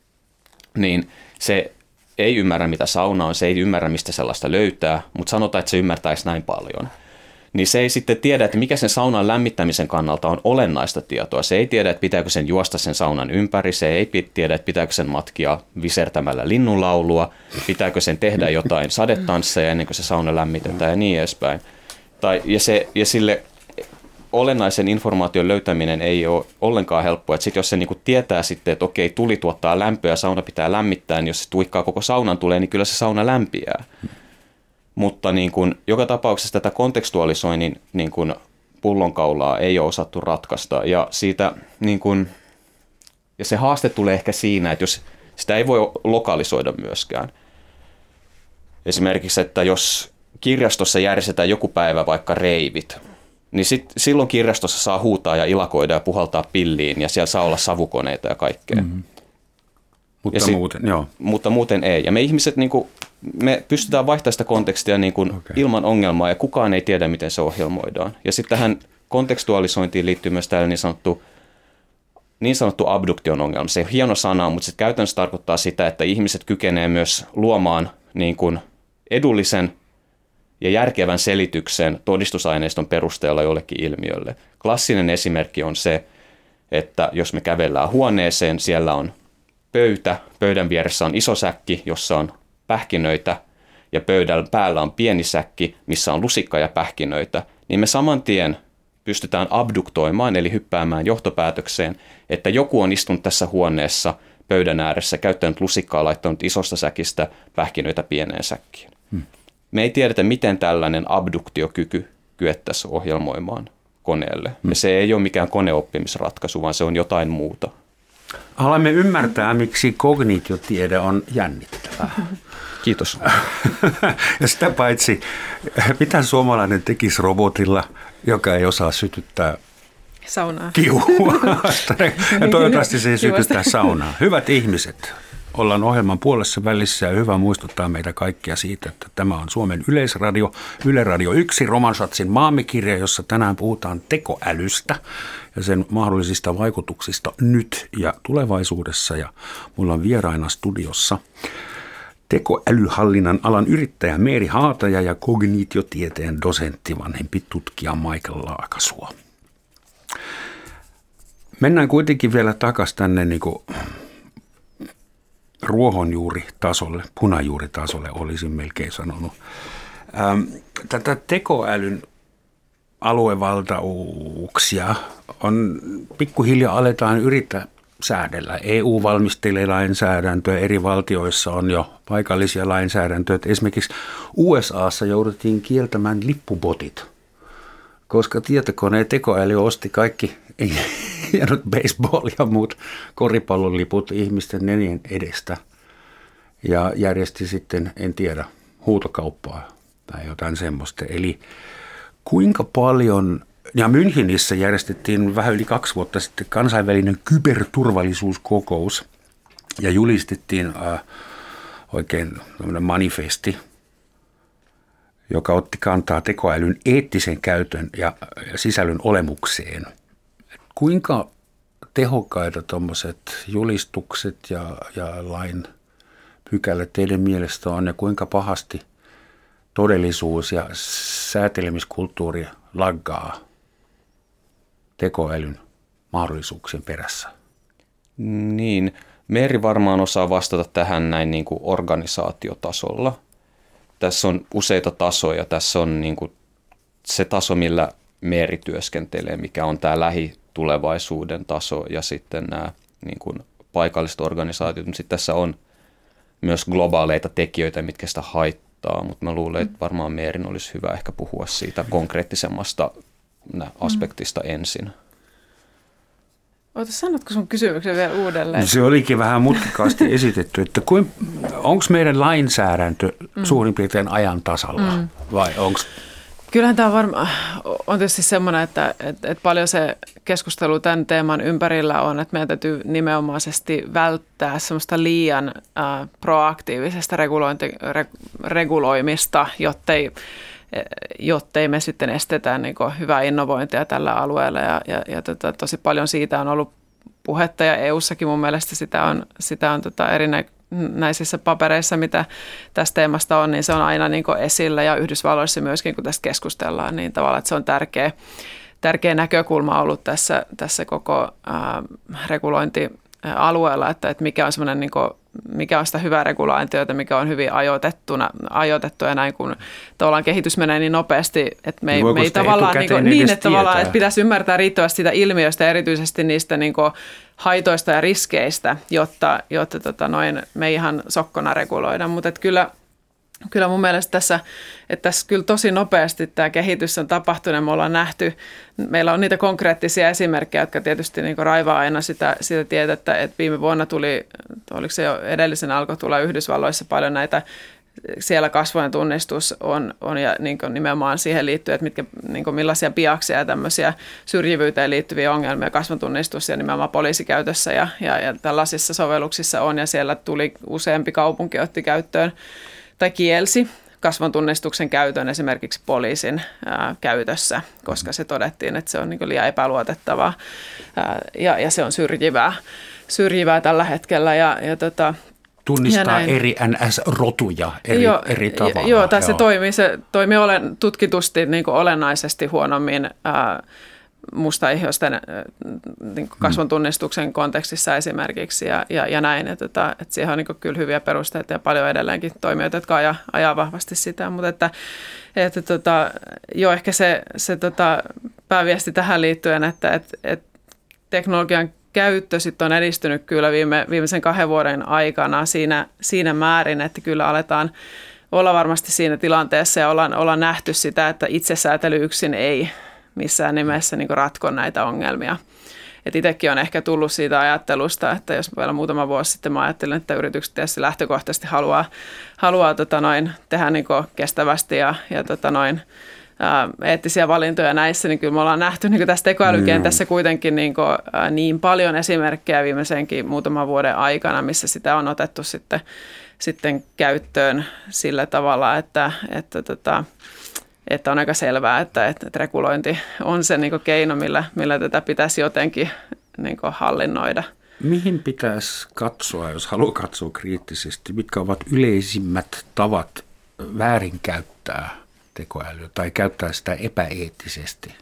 niin se ei ymmärrä, mitä sauna on, se ei ymmärrä, mistä sellaista löytää, mutta sanotaan, että se ymmärtäisi näin paljon. Niin se ei sitten tiedä, että mikä sen saunan lämmittämisen kannalta on olennaista tietoa. Se ei tiedä, että pitääkö sen juosta sen saunan ympäri, se ei tiedä, että pitääkö sen matkia visertämällä linnunlaulua, pitääkö sen tehdä jotain sadetansseja ennen kuin se sauna lämmitetään ja niin edespäin. Tai, ja, se, ja sille olennaisen informaation löytäminen ei ole ollenkaan helppoa. Sitten jos se niinku tietää sitten, että okei, tuli tuottaa lämpöä ja sauna pitää lämmittää, niin jos se tuikkaa koko saunan tulee, niin kyllä se sauna lämpiää. Hmm. Mutta niin kun, joka tapauksessa tätä kontekstualisoinnin niin kun pullonkaulaa ei ole osattu ratkaista. Ja, siitä, niin kun, ja se haaste tulee ehkä siinä, että jos sitä ei voi lokalisoida myöskään. Esimerkiksi, että jos kirjastossa järjestetään joku päivä vaikka reivit, niin sit, silloin kirjastossa saa huutaa ja ilakoida ja puhaltaa pilliin ja siellä saa olla savukoneita ja kaikkea. Mm-hmm. Mutta, ja sit, muuten, joo. mutta muuten ei. Ja me ihmiset, niin kuin, me pystytään vaihtamaan sitä kontekstia niin kuin okay. ilman ongelmaa ja kukaan ei tiedä, miten se ohjelmoidaan. Ja sitten tähän kontekstualisointiin liittyy myös täällä niin sanottu, niin sanottu abduktion ongelma. Se on hieno sana, mutta se käytännössä tarkoittaa sitä, että ihmiset kykenevät myös luomaan niin kuin edullisen ja järkevän selityksen todistusaineiston perusteella jollekin ilmiölle. Klassinen esimerkki on se, että jos me kävellään huoneeseen, siellä on pöytä, pöydän vieressä on iso säkki, jossa on pähkinöitä, ja pöydän päällä on pieni säkki, missä on lusikka ja pähkinöitä, niin me saman tien pystytään abduktoimaan, eli hyppäämään johtopäätökseen, että joku on istunut tässä huoneessa pöydän ääressä, käyttänyt lusikkaa, laittanut isosta säkistä pähkinöitä pieneen säkkiin. Hmm. Me ei tiedetä, miten tällainen abduktiokyky kyettäisiin ohjelmoimaan koneelle. Hmm. Ja se ei ole mikään koneoppimisratkaisu, vaan se on jotain muuta. Alamme ymmärtää, miksi kognitiotiede on jännittävää. Kiitos. Ja sitä paitsi, mitä suomalainen tekisi robotilla, joka ei osaa sytyttää saunaa. Kiuasta. Ja toivottavasti se ei sytyttää saunaa. Hyvät ihmiset, ollaan ohjelman puolessa välissä ja hyvä muistuttaa meitä kaikkia siitä, että tämä on Suomen Yleisradio, Yle Radio yksi, Roman Schatzin Maamikirja, jossa tänään puhutaan tekoälystä ja sen mahdollisista vaikutuksista nyt ja tulevaisuudessa. Ja mulla on vieraina studiossa tekoälyhallinnan alan yrittäjä Meeri Haataja ja kognitiotieteen dosentti, vanhempi tutkija Michael Laakasuo. Mennään kuitenkin vielä takaisin tänne niin kuin ruohonjuuritasolle, punajuuritasolle olisin melkein sanonut. Ähm, tätä tekoälyn aluevaltauksia on pikkuhiljaa aletaan yrittää säädellä. E U valmistelee lainsäädäntöä, eri valtioissa on jo paikallisia lainsäädäntöjä. Esimerkiksi U S A:ssa jouduttiin kieltämään lippubotit, koska tietokoneen tekoäly osti kaikki hienot baseball ja muut koripalloliput ihmisten nenien edestä ja järjesti sitten, en tiedä, huutokauppaa tai jotain semmoista. Eli kuinka paljon, ja Münchenissä järjestettiin vähän yli kaksi vuotta sitten kansainvälinen kyberturvallisuuskokous ja julistettiin äh, oikein manifesti, joka otti kantaa tekoälyn eettisen käytön ja sisällön olemukseen. Kuinka tehokkaita tuommoiset julistukset ja, ja lain pykälät teidän mielestä on ja kuinka pahasti todellisuus ja säätelemiskulttuuri laggaa tekoälyn mahdollisuuksien perässä? Niin, Meeri varmaan osaa vastata tähän näin niin kuin organisaatiotasolla. Tässä on useita tasoja. Tässä on niin kuin se taso, millä Meeri työskentelee, mikä on tämä lähitulevaisuuden taso ja sitten nämä niin kuin paikalliset organisaatiot. Mutta sitten tässä on myös globaaleita tekijöitä, mitkä sitä haittaa, mutta mä luulen, että varmaan Meerin olisi hyvä ehkä puhua siitä konkreettisemmasta aspektista ensin. Oota, sanotko sun kysymyksen vielä uudelleen? Se olikin vähän mutkikkaasti esitetty, että onko meidän lainsäädäntö mm. suurin piirtein ajan tasalla mm. vai onko? Kyllähän tämä varmaan on tietysti semmoinen, että, että, että paljon se keskustelu tämän teeman ympärillä on, että meidän täytyy nimenomaisesti välttää semmoista liian äh, proaktiivisesta regulointi, re, reguloimista, jottei, jottei me sitten estetä niin kuin hyvää innovointia tällä alueella. Ja, ja, ja tota, tosi paljon siitä on ollut puhetta ja E U:ssakin mun mielestä sitä on, sitä on tota erinäisissä papereissa, mitä tästä teemasta on, niin se on aina niin kuin esillä ja Yhdysvalloissa myöskin, kun tästä keskustellaan, niin tavallaan, että se on tärkeä, tärkeä näkökulma ollut tässä, tässä koko ää, regulointialueella, että, että mikä on semmoinen niin kuin, mikä on sitä hyvää regulaatiota, mikä on hyvin ajoitettuna, ajoitettu ja näin, kun tavallaan kehitys menee niin nopeasti, että me ei, me ei tavallaan niin, kuin, niin että, tavallaan, että pitäisi ymmärtää riittävästi sitä ilmiöstä, erityisesti niistä niin kuin haitoista ja riskeistä, jotta, jotta tota noin, me ei ihan sokkona reguloida, mutta että kyllä, kyllä mun mielestä tässä, että tässä kyllä tosi nopeasti tämä kehitys on tapahtunut ja me ollaan nähty, meillä on niitä konkreettisia esimerkkejä, jotka tietysti niin kuin raivaa aina sitä, sitä tietä, että, että viime vuonna tuli, oliko se jo edellisen alkoi tulla Yhdysvalloissa paljon näitä, siellä kasvojen tunnistus on, on ja niin kuin nimenomaan siihen liittyen, että mitkä, niin kuin millaisia biakseja ja tämmöisiä syrjivyyteen liittyviä ongelmia kasvotunnistus ja nimenomaan poliisikäytössä ja, ja, ja tällaisissa sovelluksissa on ja siellä tuli useampi kaupunki otti käyttöön tai kielsi kasvontunnistuksen käytön esimerkiksi poliisin ää, käytössä, koska se todettiin, että se on niin kuin liian epäluotettavaa ää, ja, ja se on syrjivää, syrjivää tällä hetkellä. Ja, ja tota, tunnistaa ja eri N S-rotuja eri, joo, eri tavalla. Joo, tai se toimii, se toimii olen, tutkitusti niin kuin olennaisesti huonommin ää, mustaihoisten niin kasvon tunnistuksen kontekstissa esimerkiksi ja, ja, ja näin. Että, että, että siihen on niin kyllä hyviä perusteita ja paljon edelleenkin toimijoita, jotka ajaa, ajaa vahvasti sitä. Mutta että, että tota, jo ehkä se, se tota, pääviesti tähän liittyen, että, että, että teknologian käyttö sitten on edistynyt kyllä viime, viimeisen kahden vuoden aikana siinä, siinä määrin, että kyllä aletaan olla varmasti siinä tilanteessa ja ollaan, ollaan nähty sitä, että itsesäätely yksin ei missään nimessä niin kuin ratko näitä ongelmia. Et itsekin on ehkä tullut siitä ajattelusta, että jos vielä muutama vuosi sitten mä ajattelin, että yritykset tietysti lähtökohtaisesti haluaa, haluaa tota noin, tehdä niin kuin kestävästi ja, ja tota noin, eettisiä valintoja näissä, niin kyllä me ollaan nähty niin tässä tekoälykentässä kuitenkin niin, kuin, niin paljon esimerkkejä viimeisenkin muutaman vuoden aikana, missä sitä on otettu sitten, sitten käyttöön sillä tavalla, että, että, että, että on aika selvää, että, että regulointi on se niin kuin keino, millä, millä tätä pitäisi jotenkin niin kuin hallinnoida. Mihin pitäisi katsoa, jos haluaa katsoa kriittisesti, mitkä ovat yleisimmät tavat väärinkäyttää tekoälyä tai käyttää sitä epäeettisesti?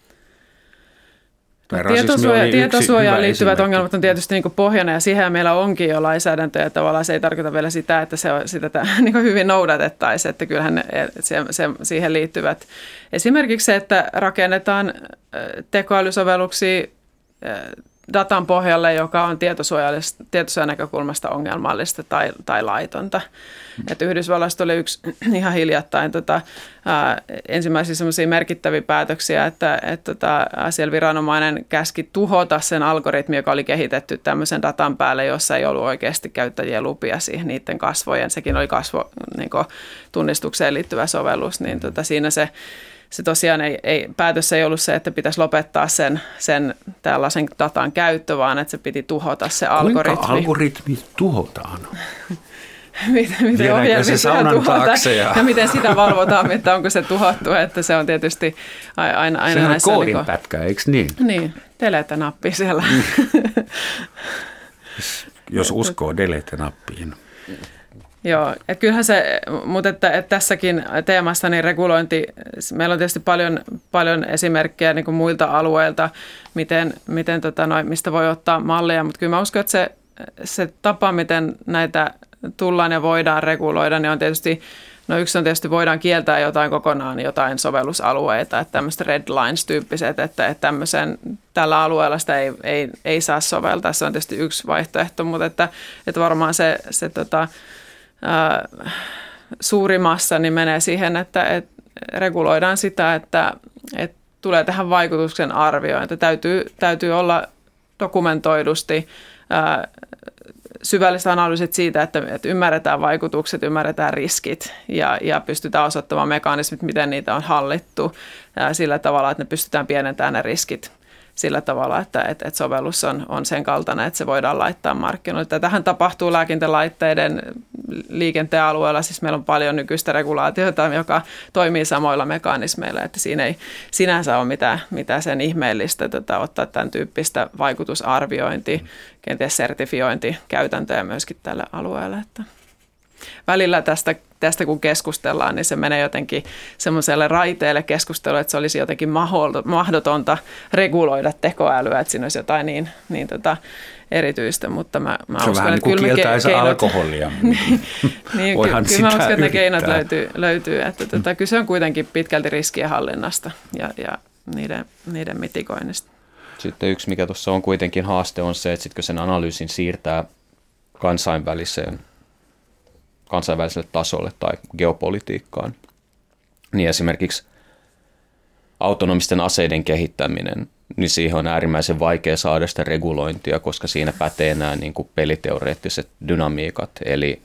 Tietosuoja, tietosuojaan liittyvät esimerkki. Ongelmat on tietysti niin kuin pohjana ja siihen meillä onkin jo lainsäädäntöä ja tavallaan se ei tarkoita vielä sitä, että se on, sitä niin kuin hyvin noudatettaisiin, että kyllähän ne, se, se, siihen liittyvät. Esimerkiksi se, että rakennetaan tekoälysovelluksia datan pohjalle, joka on tietosuojan näkökulmasta ongelmallista tai, tai laitonta. Että Yhdysvalloista oli yksi ihan hiljattain tota, ää, ensimmäisiä semmoisia merkittäviä päätöksiä, että et, tota, siellä viranomainen käski tuhota sen algoritmi, joka oli kehitetty tämmöisen datan päälle, jossa ei ollut oikeasti käyttäjien lupia siihen niiden kasvojen. Sekin oli kasvotunnistukseen liittyvä sovellus, niin tota, siinä se Se tosiaan ei, ei, päätös ei ollut se, että pitäisi lopettaa sen, sen tällaisen datan käyttö, vaan että se piti tuhota se algoritmi. Kuinka algoritmi tuhotaan? miten miten ohjelmia tuhotaan ja... ja miten sitä valvotaan, että onko se tuhottu, että se on tietysti aina, aina sehän näissä... on koodinpätkä, niin eikö niin? Niin, delete-nappi siellä. Jos uskoo delete-nappiin. Joo, että kyllähän se, mutta että, että tässäkin teemassa niin regulointi, meillä on tietysti paljon, paljon esimerkkejä niin kuin muilta alueilta, miten, miten tota, no, mistä voi ottaa mallia, mutta kyllä mä uskon, että se, se tapa, miten näitä tullaan ja voidaan reguloida, niin on tietysti, no yksi on tietysti voidaan kieltää jotain kokonaan, jotain sovellusalueita, että tämmöiset red lines-tyyppiset, että, että tämmöisen, tällä alueella sitä ei, ei, ei saa soveltaa, se on tietysti yksi vaihtoehto, mutta että, että varmaan se, se tota, Äh, suuri massa niin menee siihen, että, että reguloidaan sitä, että, että tulee tähän vaikutuksen arviointi. Täytyy, täytyy olla dokumentoidusti äh, syvälliset analyysit siitä, että, että ymmärretään vaikutukset, ymmärretään riskit ja, ja pystytään osoittamaan mekanismit, miten niitä on hallittu äh, sillä tavalla, että ne pystytään pienentämään ne riskit sillä tavalla, että, että, että sovellus on, on sen kaltainen, että se voidaan laittaa markkinoille. Tähän tapahtuu lääkintälaitteiden liikenteen alueella, siis meillä on paljon nykyistä regulaatiota, joka toimii samoilla mekanismeilla, että siinä ei sinänsä ole mitään, mitään sen ihmeellistä tota, ottaa tämän tyyppistä vaikutusarviointi, kenties sertifiointikäytäntöjä myöskin tälle alueelle, että välillä tästä, tästä kun keskustellaan, niin se menee jotenkin semmoiselle raiteelle keskustelulle, että se olisi jotenkin mahdotonta reguloida tekoälyä, että siinä olisi jotain niin, niin tota erityistä, mutta mä, mä se uskon, vähän että niin kyllä me ke- keinot, alkoholia. niin, niin Voihan kyllä mä uskon, että ne yrittää. keinot löytyy, löytyy että tota, kyse on kuitenkin pitkälti riskien hallinnasta ja, ja niiden, niiden mitigoinnista. Sitten yksi, mikä tuossa on kuitenkin haaste, on se, että sit kun sen analyysin siirtää kansainväliseen kansainväliselle tasolle tai geopolitiikkaan, niin esimerkiksi autonomisten aseiden kehittäminen, niin siihen on äärimmäisen vaikea saada sitä regulointia, koska siinä pätee nämä niin kuin peliteoreettiset dynamiikat, eli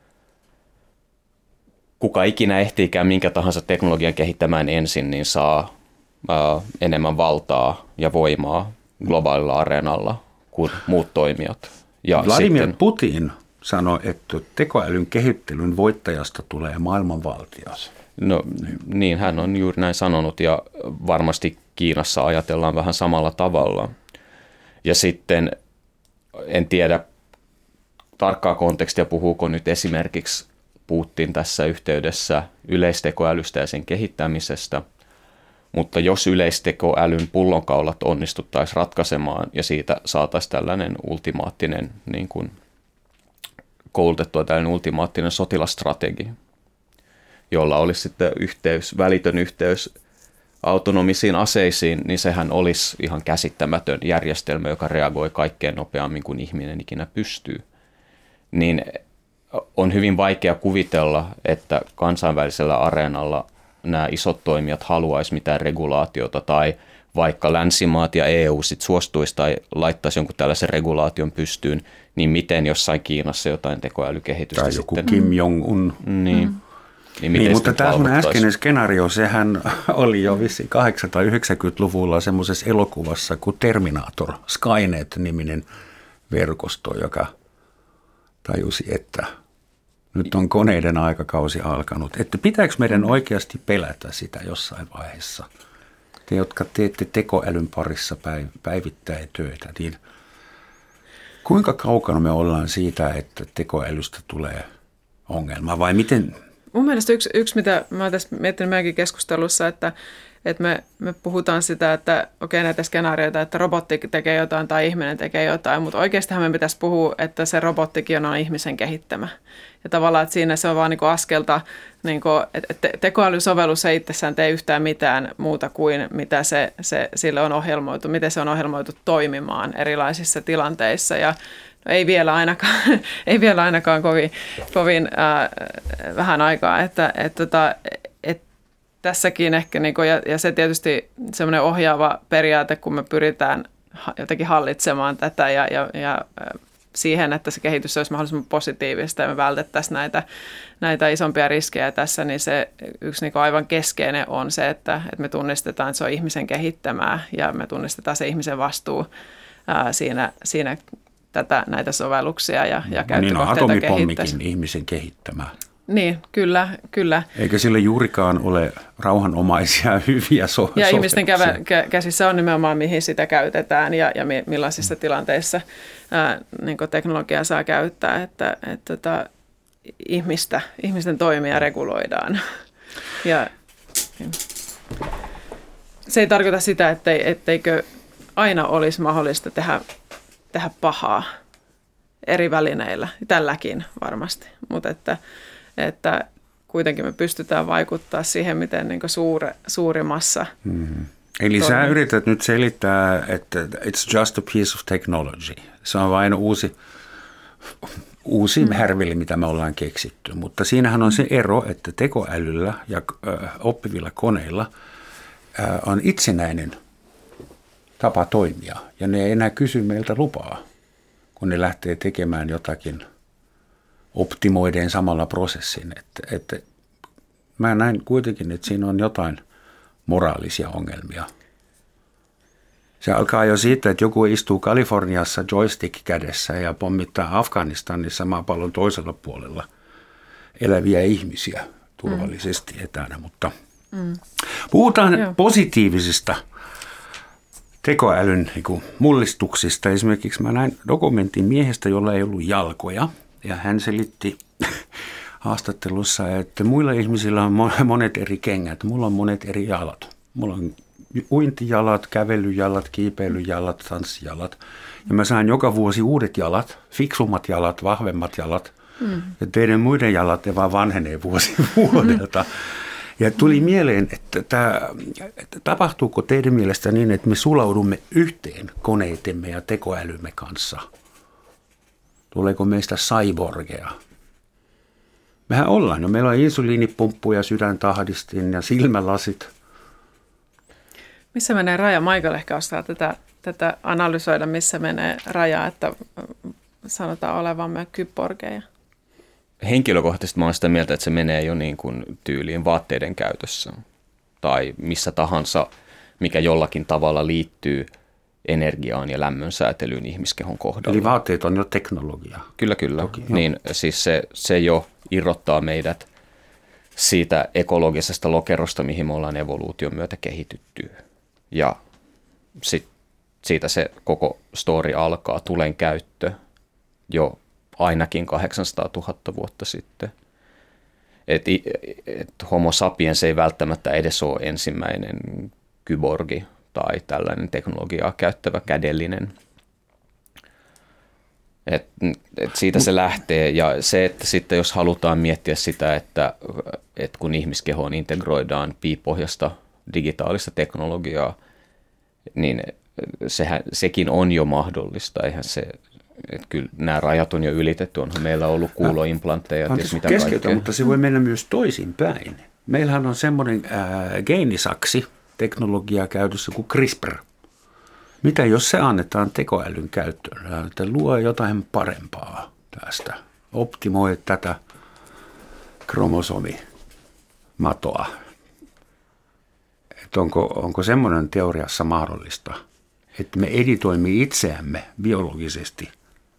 kuka ikinä ehtiikään minkä tahansa teknologian kehittämään ensin, niin saa ää, enemmän valtaa ja voimaa globaalilla areenalla kuin muut toimijat. Ja Vladimir sitten, Putin sanoi, että tekoälyn kehittelyn voittajasta tulee maailmanvaltias. No niin, hän on juuri näin sanonut ja varmasti Kiinassa ajatellaan vähän samalla tavalla. Ja sitten en tiedä tarkkaa kontekstia, puhuuko nyt esimerkiksi Putin tässä yhteydessä yleistekoälystä ja sen kehittämisestä, mutta jos yleistekoälyn pullonkaulat onnistuttaisiin ratkaisemaan ja siitä saataisiin tällainen ultimaattinen niin kuin koulutettua tällainen ultimaattinen sotilasstrategia, jolla olisi sitten yhteys, välitön yhteys autonomisiin aseisiin, niin sehän olisi ihan käsittämätön järjestelmä, joka reagoi kaikkein nopeammin kuin ihminen ikinä pystyy. Niin on hyvin vaikea kuvitella, että kansainvälisellä areenalla nämä isot toimijat haluaisi mitään regulaatiota tai vaikka länsimaat ja E U sit suostuisi tai laittaisi jonkun tällaisen regulaation pystyyn, niin miten jossain Kiinassa jotain tekoälykehitystä tai joku sitten... Kim Jong-un. Niin. Mm. Niin, niin mutta tämä sun äskeinen skenaario, sehän oli jo vissiin kahdeksankymmentä- tai yhdeksänkymmentäluvulla semmoisessa elokuvassa kuin Terminator, Skynet-niminen verkosto, joka tajusi, että nyt on koneiden aikakausi alkanut. Että pitääkö meidän oikeasti pelätä sitä jossain vaiheessa? Te, jotka teette tekoälyn parissa päivittäin töitä, niin kuinka kaukana me ollaan siitä, että tekoälystä tulee ongelma vai miten? Mun mielestä yksi, yksi mitä mä oon tässä miettinyt meidänkin keskustelussa, että, että me, me puhutaan sitä, että okei näitä skenaarioita, että robotti tekee jotain tai ihminen tekee jotain, mutta oikeastihan me pitäisi puhua, että se robottikin on ihmisen kehittämä. Ja tavallaan, että siinä se on vaan niin kuin askelta, niin kuin, että tekoälysovellus ei itsessään tee yhtään mitään muuta kuin mitä se, se, sille on ohjelmoitu, miten se on ohjelmoitu toimimaan erilaisissa tilanteissa. Ja no ei vielä ainakaan, ei vielä ainakaan kovin, kovin äh, vähän aikaa, että et, tota, et tässäkin ehkä, niin kuin, ja, ja se tietysti semmoinen ohjaava periaate, kun me pyritään jotenkin hallitsemaan tätä ja, ja, ja siihen, että se kehitys olisi mahdollisimman positiivista ja me vältettäisiin näitä, näitä isompia riskejä tässä, niin se yksi niin kuin aivan keskeinen on se, että, että me tunnistetaan, että se on ihmisen kehittämää ja me tunnistetaan se ihmisen vastuu ää, siinä, siinä tätä, näitä sovelluksia ja, ja käyttökohteita niin atomipommikin ihmisen kehittämää. Niin, kyllä, kyllä. Eikä sille juurikaan ole rauhanomaisia hyviä so- Ja ihmisten kävä, käsissä on nimenomaan, mihin sitä käytetään ja, ja millaisissa tilanteissa ää, niin kuin teknologiaa saa käyttää, että et, tota, ihmistä, ihmisten toimia reguloidaan. Ja, ja. Se ei tarkoita sitä, ettei, etteikö aina olisi mahdollista tehdä, tehdä pahaa eri välineillä, tälläkin varmasti, mutta että että kuitenkin me pystytään vaikuttaa siihen, miten niin kuin suure, suuri massa mm-hmm. Eli toimii. Sä yrität nyt selittää, että it's just a piece of technology. Se on vain uusi, uusi mm. härveli, mitä me ollaan keksitty. Mutta siinähän on se ero, että tekoälyllä ja äh, oppivilla koneilla äh, on itsenäinen tapa toimia. Ja ne ei enää kysy meiltä lupaa, kun ne lähtee tekemään jotakin optimoideen samalla prosessin. Että, että mä näen kuitenkin, että siinä on jotain moraalisia ongelmia. Se alkaa jo siitä, että joku istuu Kaliforniassa joystick kädessä ja pommittaa Afganistanissa maapallon toisella puolella eläviä ihmisiä turvallisesti mm. etänä. Mutta mm. puhutaan Joo. positiivisista tekoälyn niin kuin mullistuksista. Esimerkiksi mä näin dokumentin miehestä, jolla ei ollut jalkoja. Ja hän selitti haastattelussa, että muilla ihmisillä on monet eri kengät, mulla on monet eri jalat. Mulla on uintijalat, kävelyjalat, kiipeilyjalat, tanssijalat. Ja mä saan joka vuosi uudet jalat, fiksummat jalat, vahvemmat jalat. Mm. Ja teidän muiden jalat ne vaan vanhenee vuosi vuodelta. Ja tuli mieleen, että, tämä, että tapahtuuko teidän mielestä niin, että me sulaudumme yhteen koneitemme ja tekoälymme kanssa? Tuleeko meistä cyborgeja? Mehän ollaan. No, meillä on insuliinipumppuja, sydäntahdistin ja silmälasit. Missä menee raja? Michael ehkä osaa tätä, tätä analysoida, missä menee raja, että sanotaan olevamme kyborgeja. Henkilökohtaisesti mä olen sitä mieltä, että se menee jo niin kuin tyyliin vaatteiden käytössä tai missä tahansa, mikä jollakin tavalla liittyy energiaan ja lämmön säätelyyn ihmiskehon kohdalla. Eli vaatteet on jo teknologiaa. Kyllä, kyllä. Toki, niin, siis se, se jo irrottaa meidät siitä ekologisesta lokerosta, mihin me ollaan evoluution myötä kehitytty. Ja sit, siitä se koko story alkaa, tulen käyttö jo ainakin kahdeksansataatuhatta vuotta sitten. Et, et homo sapiens ei välttämättä edes ole ensimmäinen kyborgi tai tällainen teknologiaa käyttävä kädellinen. Et, et siitä se lähtee. Ja se, että sitten jos halutaan miettiä sitä, että, että kun ihmiskehoon integroidaan piipohjasta digitaalista teknologiaa, niin sehän, sekin on jo mahdollista. Eihän se, että kyllä nämä rajat on jo ylitetty. Onhan meillä ollut kuuloimplantteja. No, mitä keskeytä, mutta se voi mennä myös toisinpäin. Meillähän on semmoinen äh, geenisaksi teknologiaa käytössä kuin CRISPR. Mitä jos se annetaan tekoälyn käyttöön, että luo jotain parempaa tästä, optimoi tätä kromosomi matoa. Et onko, onko semmoinen teoriassa mahdollista, että me editoimme itseämme biologisesti?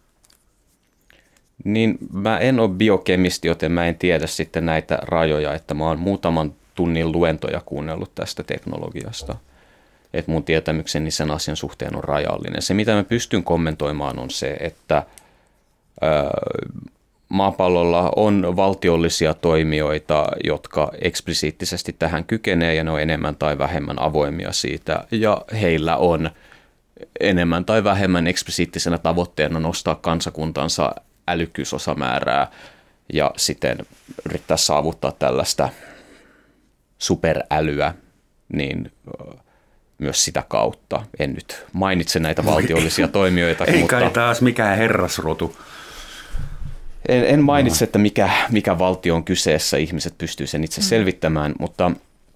Niin mä en ole biokemisti, joten mä en tiedä sitten näitä rajoja, että mä oon muutaman tunnin luentoja kuunnellut tästä teknologiasta. Että mun tietämykseni sen asian suhteen on rajallinen. Se, mitä mä pystyn kommentoimaan, on se, että ää, maapallolla on valtiollisia toimijoita, jotka eksplisiittisesti tähän kykenee ja ne on enemmän tai vähemmän avoimia siitä. Ja heillä on enemmän tai vähemmän eksplisiittisenä tavoitteena nostaa kansakuntansa älykkyysosamäärää ja sitten yrittää saavuttaa tällaista superälyä, niin myös sitä kautta. En nyt mainitse näitä valtiollisia toimijoita. Ei mutta kai taas mikään herrasrotu. En, en mainitse, että mikä, mikä valtio on kyseessä. Ihmiset pystyy sen itse selvittämään, mutta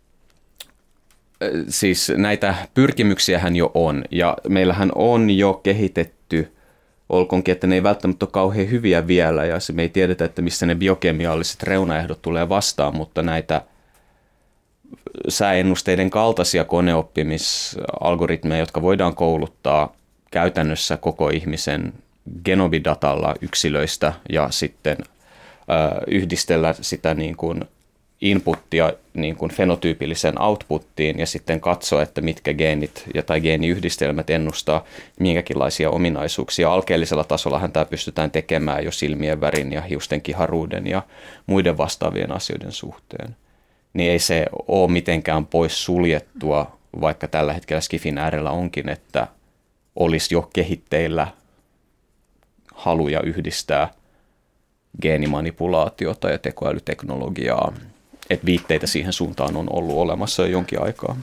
siis näitä pyrkimyksiähän jo on. Ja meillähän on jo kehitetty, olkoonkin, että ne ei välttämättä ole kauhean hyviä vielä, ja se me ei tiedetä, että missä ne biokemialliset reunaehdot tulee vastaan, mutta näitä sääennusteiden kaltaisia koneoppimisalgoritmeja, jotka voidaan kouluttaa käytännössä koko ihmisen genomidatalla yksilöistä ja sitten ö, yhdistellä sitä niin kuin inputtia niin kuin fenotyypilliseen outputtiin ja sitten katsoa, että mitkä geenit ja tai geeniyhdistelmät ennustaa minkäkinlaisia ominaisuuksia. Alkeellisella tasollahan tämä pystytään tekemään jo silmien värin ja hiusten kiharuuden ja muiden vastaavien asioiden suhteen. Niin ei se ole mitenkään pois suljettua, vaikka tällä hetkellä Skifin äärellä onkin, että olisi jo kehitteillä haluja yhdistää geenimanipulaatiota ja tekoälyteknologiaa. Että viitteitä siihen suuntaan on ollut olemassa jo jonkin aikaa.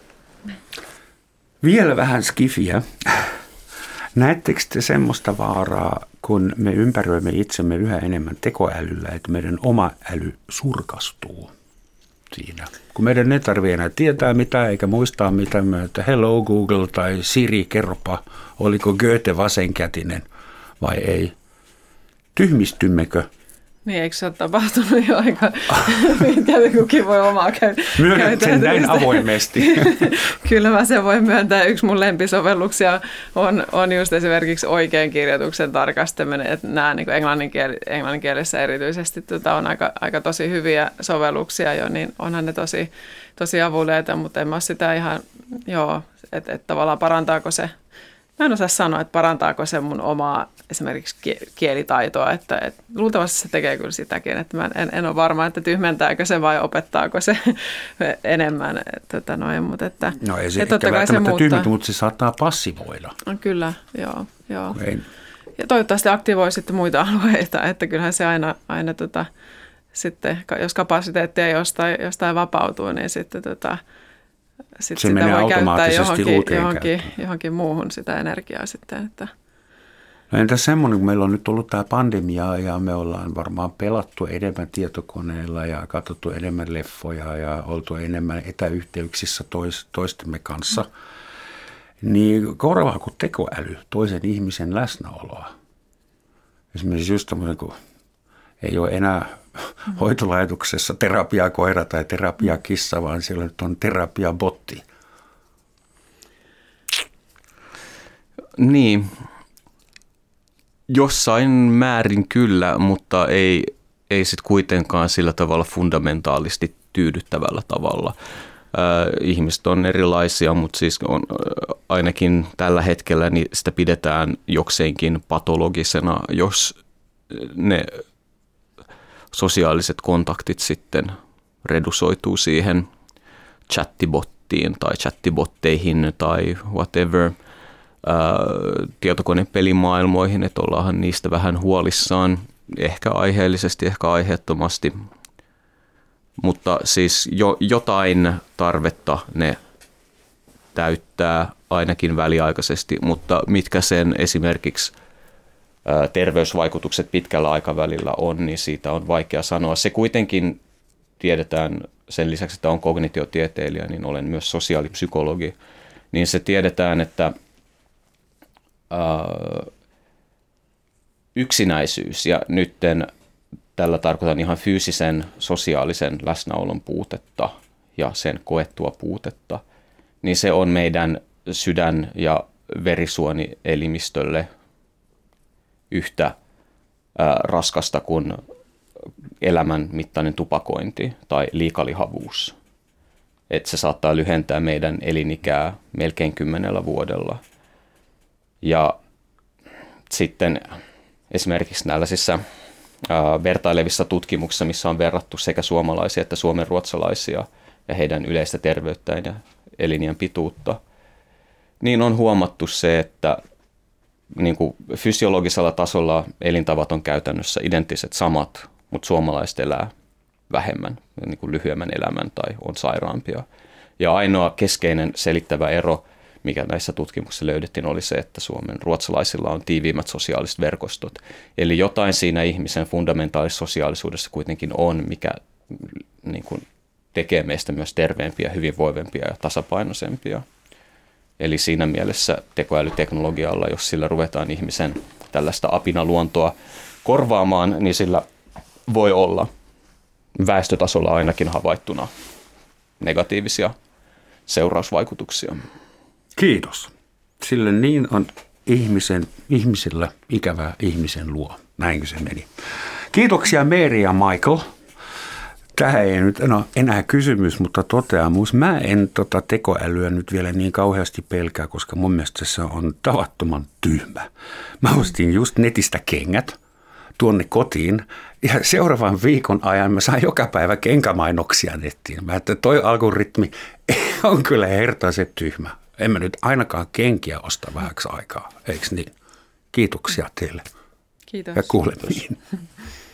Vielä vähän skifiä. Näettekö te semmoista vaaraa, kun me ympäröimme itsemme yhä enemmän tekoälyllä, että meidän oma äly surkastuu siinä? Kun meidän ei tarvitse enää tietää mitään eikä muistaa mitään, että hello Google tai Siri, kerropa, oliko Goethe vasenkätinen vai ei. Tyhmistymmekö? Niin, eikö se ole tapahtunut jo aika pitkälti, kukin voi omaa käy- Myönnät sen näin avoimesti. Kyllä mä sen voin myöntää. Yksi mun lempisovelluksia on, on just esimerkiksi oikein kirjoituksen tarkastaminen. Että nämä niin englanninkiel- englanninkielessä erityisesti tota, on aika, aika tosi hyviä sovelluksia jo, niin onhan ne tosi, tosi avuliaita, mutta en mä ole sitä ihan, joo, että et tavallaan parantaako se. Mä en osaa sanoa, että parantaako se mun omaa esimerkiksi kielitaitoa, että, että luultavasti se tekee kyllä sitäkin, että mä en, en ole varma, että tyhmentääkö se vai opettaako se enemmän. Tota noin, mutta että, no ei se ehkä välttämättä tyhmentä, mutta se saattaa passivoida. No, kyllä, joo. joo. Ei. Ja toivottavasti aktivoi sitten muita alueita, että kyllähän se aina, aina tota, sitten, jos kapasiteettia jostain, jostain vapautuu, niin sitten tota, Sitten se sitä menee voi käyttää johonkin, johonkin, johonkin muuhun sitä energiaa sitten. Että. No entä semmoinen, kun meillä on nyt ollut tämä pandemia ja me ollaan varmaan pelattu enemmän tietokoneilla ja katsottu enemmän leffoja ja oltu enemmän etäyhteyksissä tois, toistemme kanssa, mm. niin korvaako tekoäly toisen ihmisen läsnäoloa? Esimerkiksi just tämmöinen, kun ei ole enää hoitolaitoksessa terapiakoira tai terapiakissa, vaan siellä nyt on terapiabotti. Niin, jossain määrin kyllä, mutta ei, ei sitten kuitenkaan sillä tavalla fundamentaalisti tyydyttävällä tavalla. Äh, ihmiset on erilaisia, mutta siis on, äh, ainakin tällä hetkellä niin sitä pidetään jokseenkin patologisena, jos ne sosiaaliset kontaktit sitten redusoituu siihen chattibottiin tai chattibotteihin tai whatever tietokonepelimaailmoihin, että ollaanhan niistä vähän huolissaan, ehkä aiheellisesti, ehkä aiheettomasti, mutta siis jo, jotain tarvetta ne täyttää ainakin väliaikaisesti, mutta mitkä sen esimerkiksi terveysvaikutukset pitkällä aikavälillä on, niin siitä on vaikea sanoa. Se kuitenkin tiedetään, sen lisäksi, että on kognitiotieteilijä, niin olen myös sosiaalipsykologi, niin se tiedetään, että ää, yksinäisyys ja nytten tällä tarkoitan ihan fyysisen, sosiaalisen läsnäolon puutetta ja sen koettua puutetta, niin se on meidän sydän- ja verisuonielimistölle yhtä ää, raskasta kuin elämän mittainen tupakointi tai liikalihavuus. Että se saattaa lyhentää meidän elinikää melkein kymmenellä vuodella. Ja sitten esimerkiksi tällaisissa ää, vertailevissa tutkimuksissa, missä on verrattu sekä suomalaisia että suomenruotsalaisia ja heidän yleistä terveyttään ja elinien pituutta, niin on huomattu se, että niin kuin fysiologisella tasolla elintavat on käytännössä identtiset samat, mutta suomalaiset elää vähemmän, niin kuin lyhyemmän elämän tai on sairaampia. Ja ainoa keskeinen selittävä ero, mikä näissä tutkimuksissa löydettiin, oli se, että Suomen ruotsalaisilla on tiiviimmät sosiaaliset verkostot. Eli jotain siinä ihmisen fundamentaalisessa sosiaalisuudessa kuitenkin on, mikä niin kuin tekee meistä myös terveempiä, hyvinvoivempia ja tasapainoisempia. Eli siinä mielessä tekoälyteknologialla, jos sillä ruvetaan ihmisen tällaista apinaluontoa korvaamaan, niin sillä voi olla väestötasolla ainakin havaittuna negatiivisia seurausvaikutuksia. Kiitos. Sillä niin on ihmisen, ihmisillä ikävää ihmisen luo. Näinkö se meni? Kiitoksia Mary ja Michael. Tämä ei nyt ole enää kysymys, mutta toteamus. Mä en tota tekoälyä nyt vielä niin kauheasti pelkää, koska mun mielestä se on tavattoman tyhmä. Mä ostin just netistä kengät tuonne kotiin ja seuraavan viikon ajan mä saan joka päivä kenkämainoksia nettiin. Mä että toi algoritmi on kyllä hertaisen tyhmä. En mä nyt ainakaan kenkiä osta vähäksi aikaa, eikö niin? Kiitoksia teille. Kiitos. Ja kuulemiin.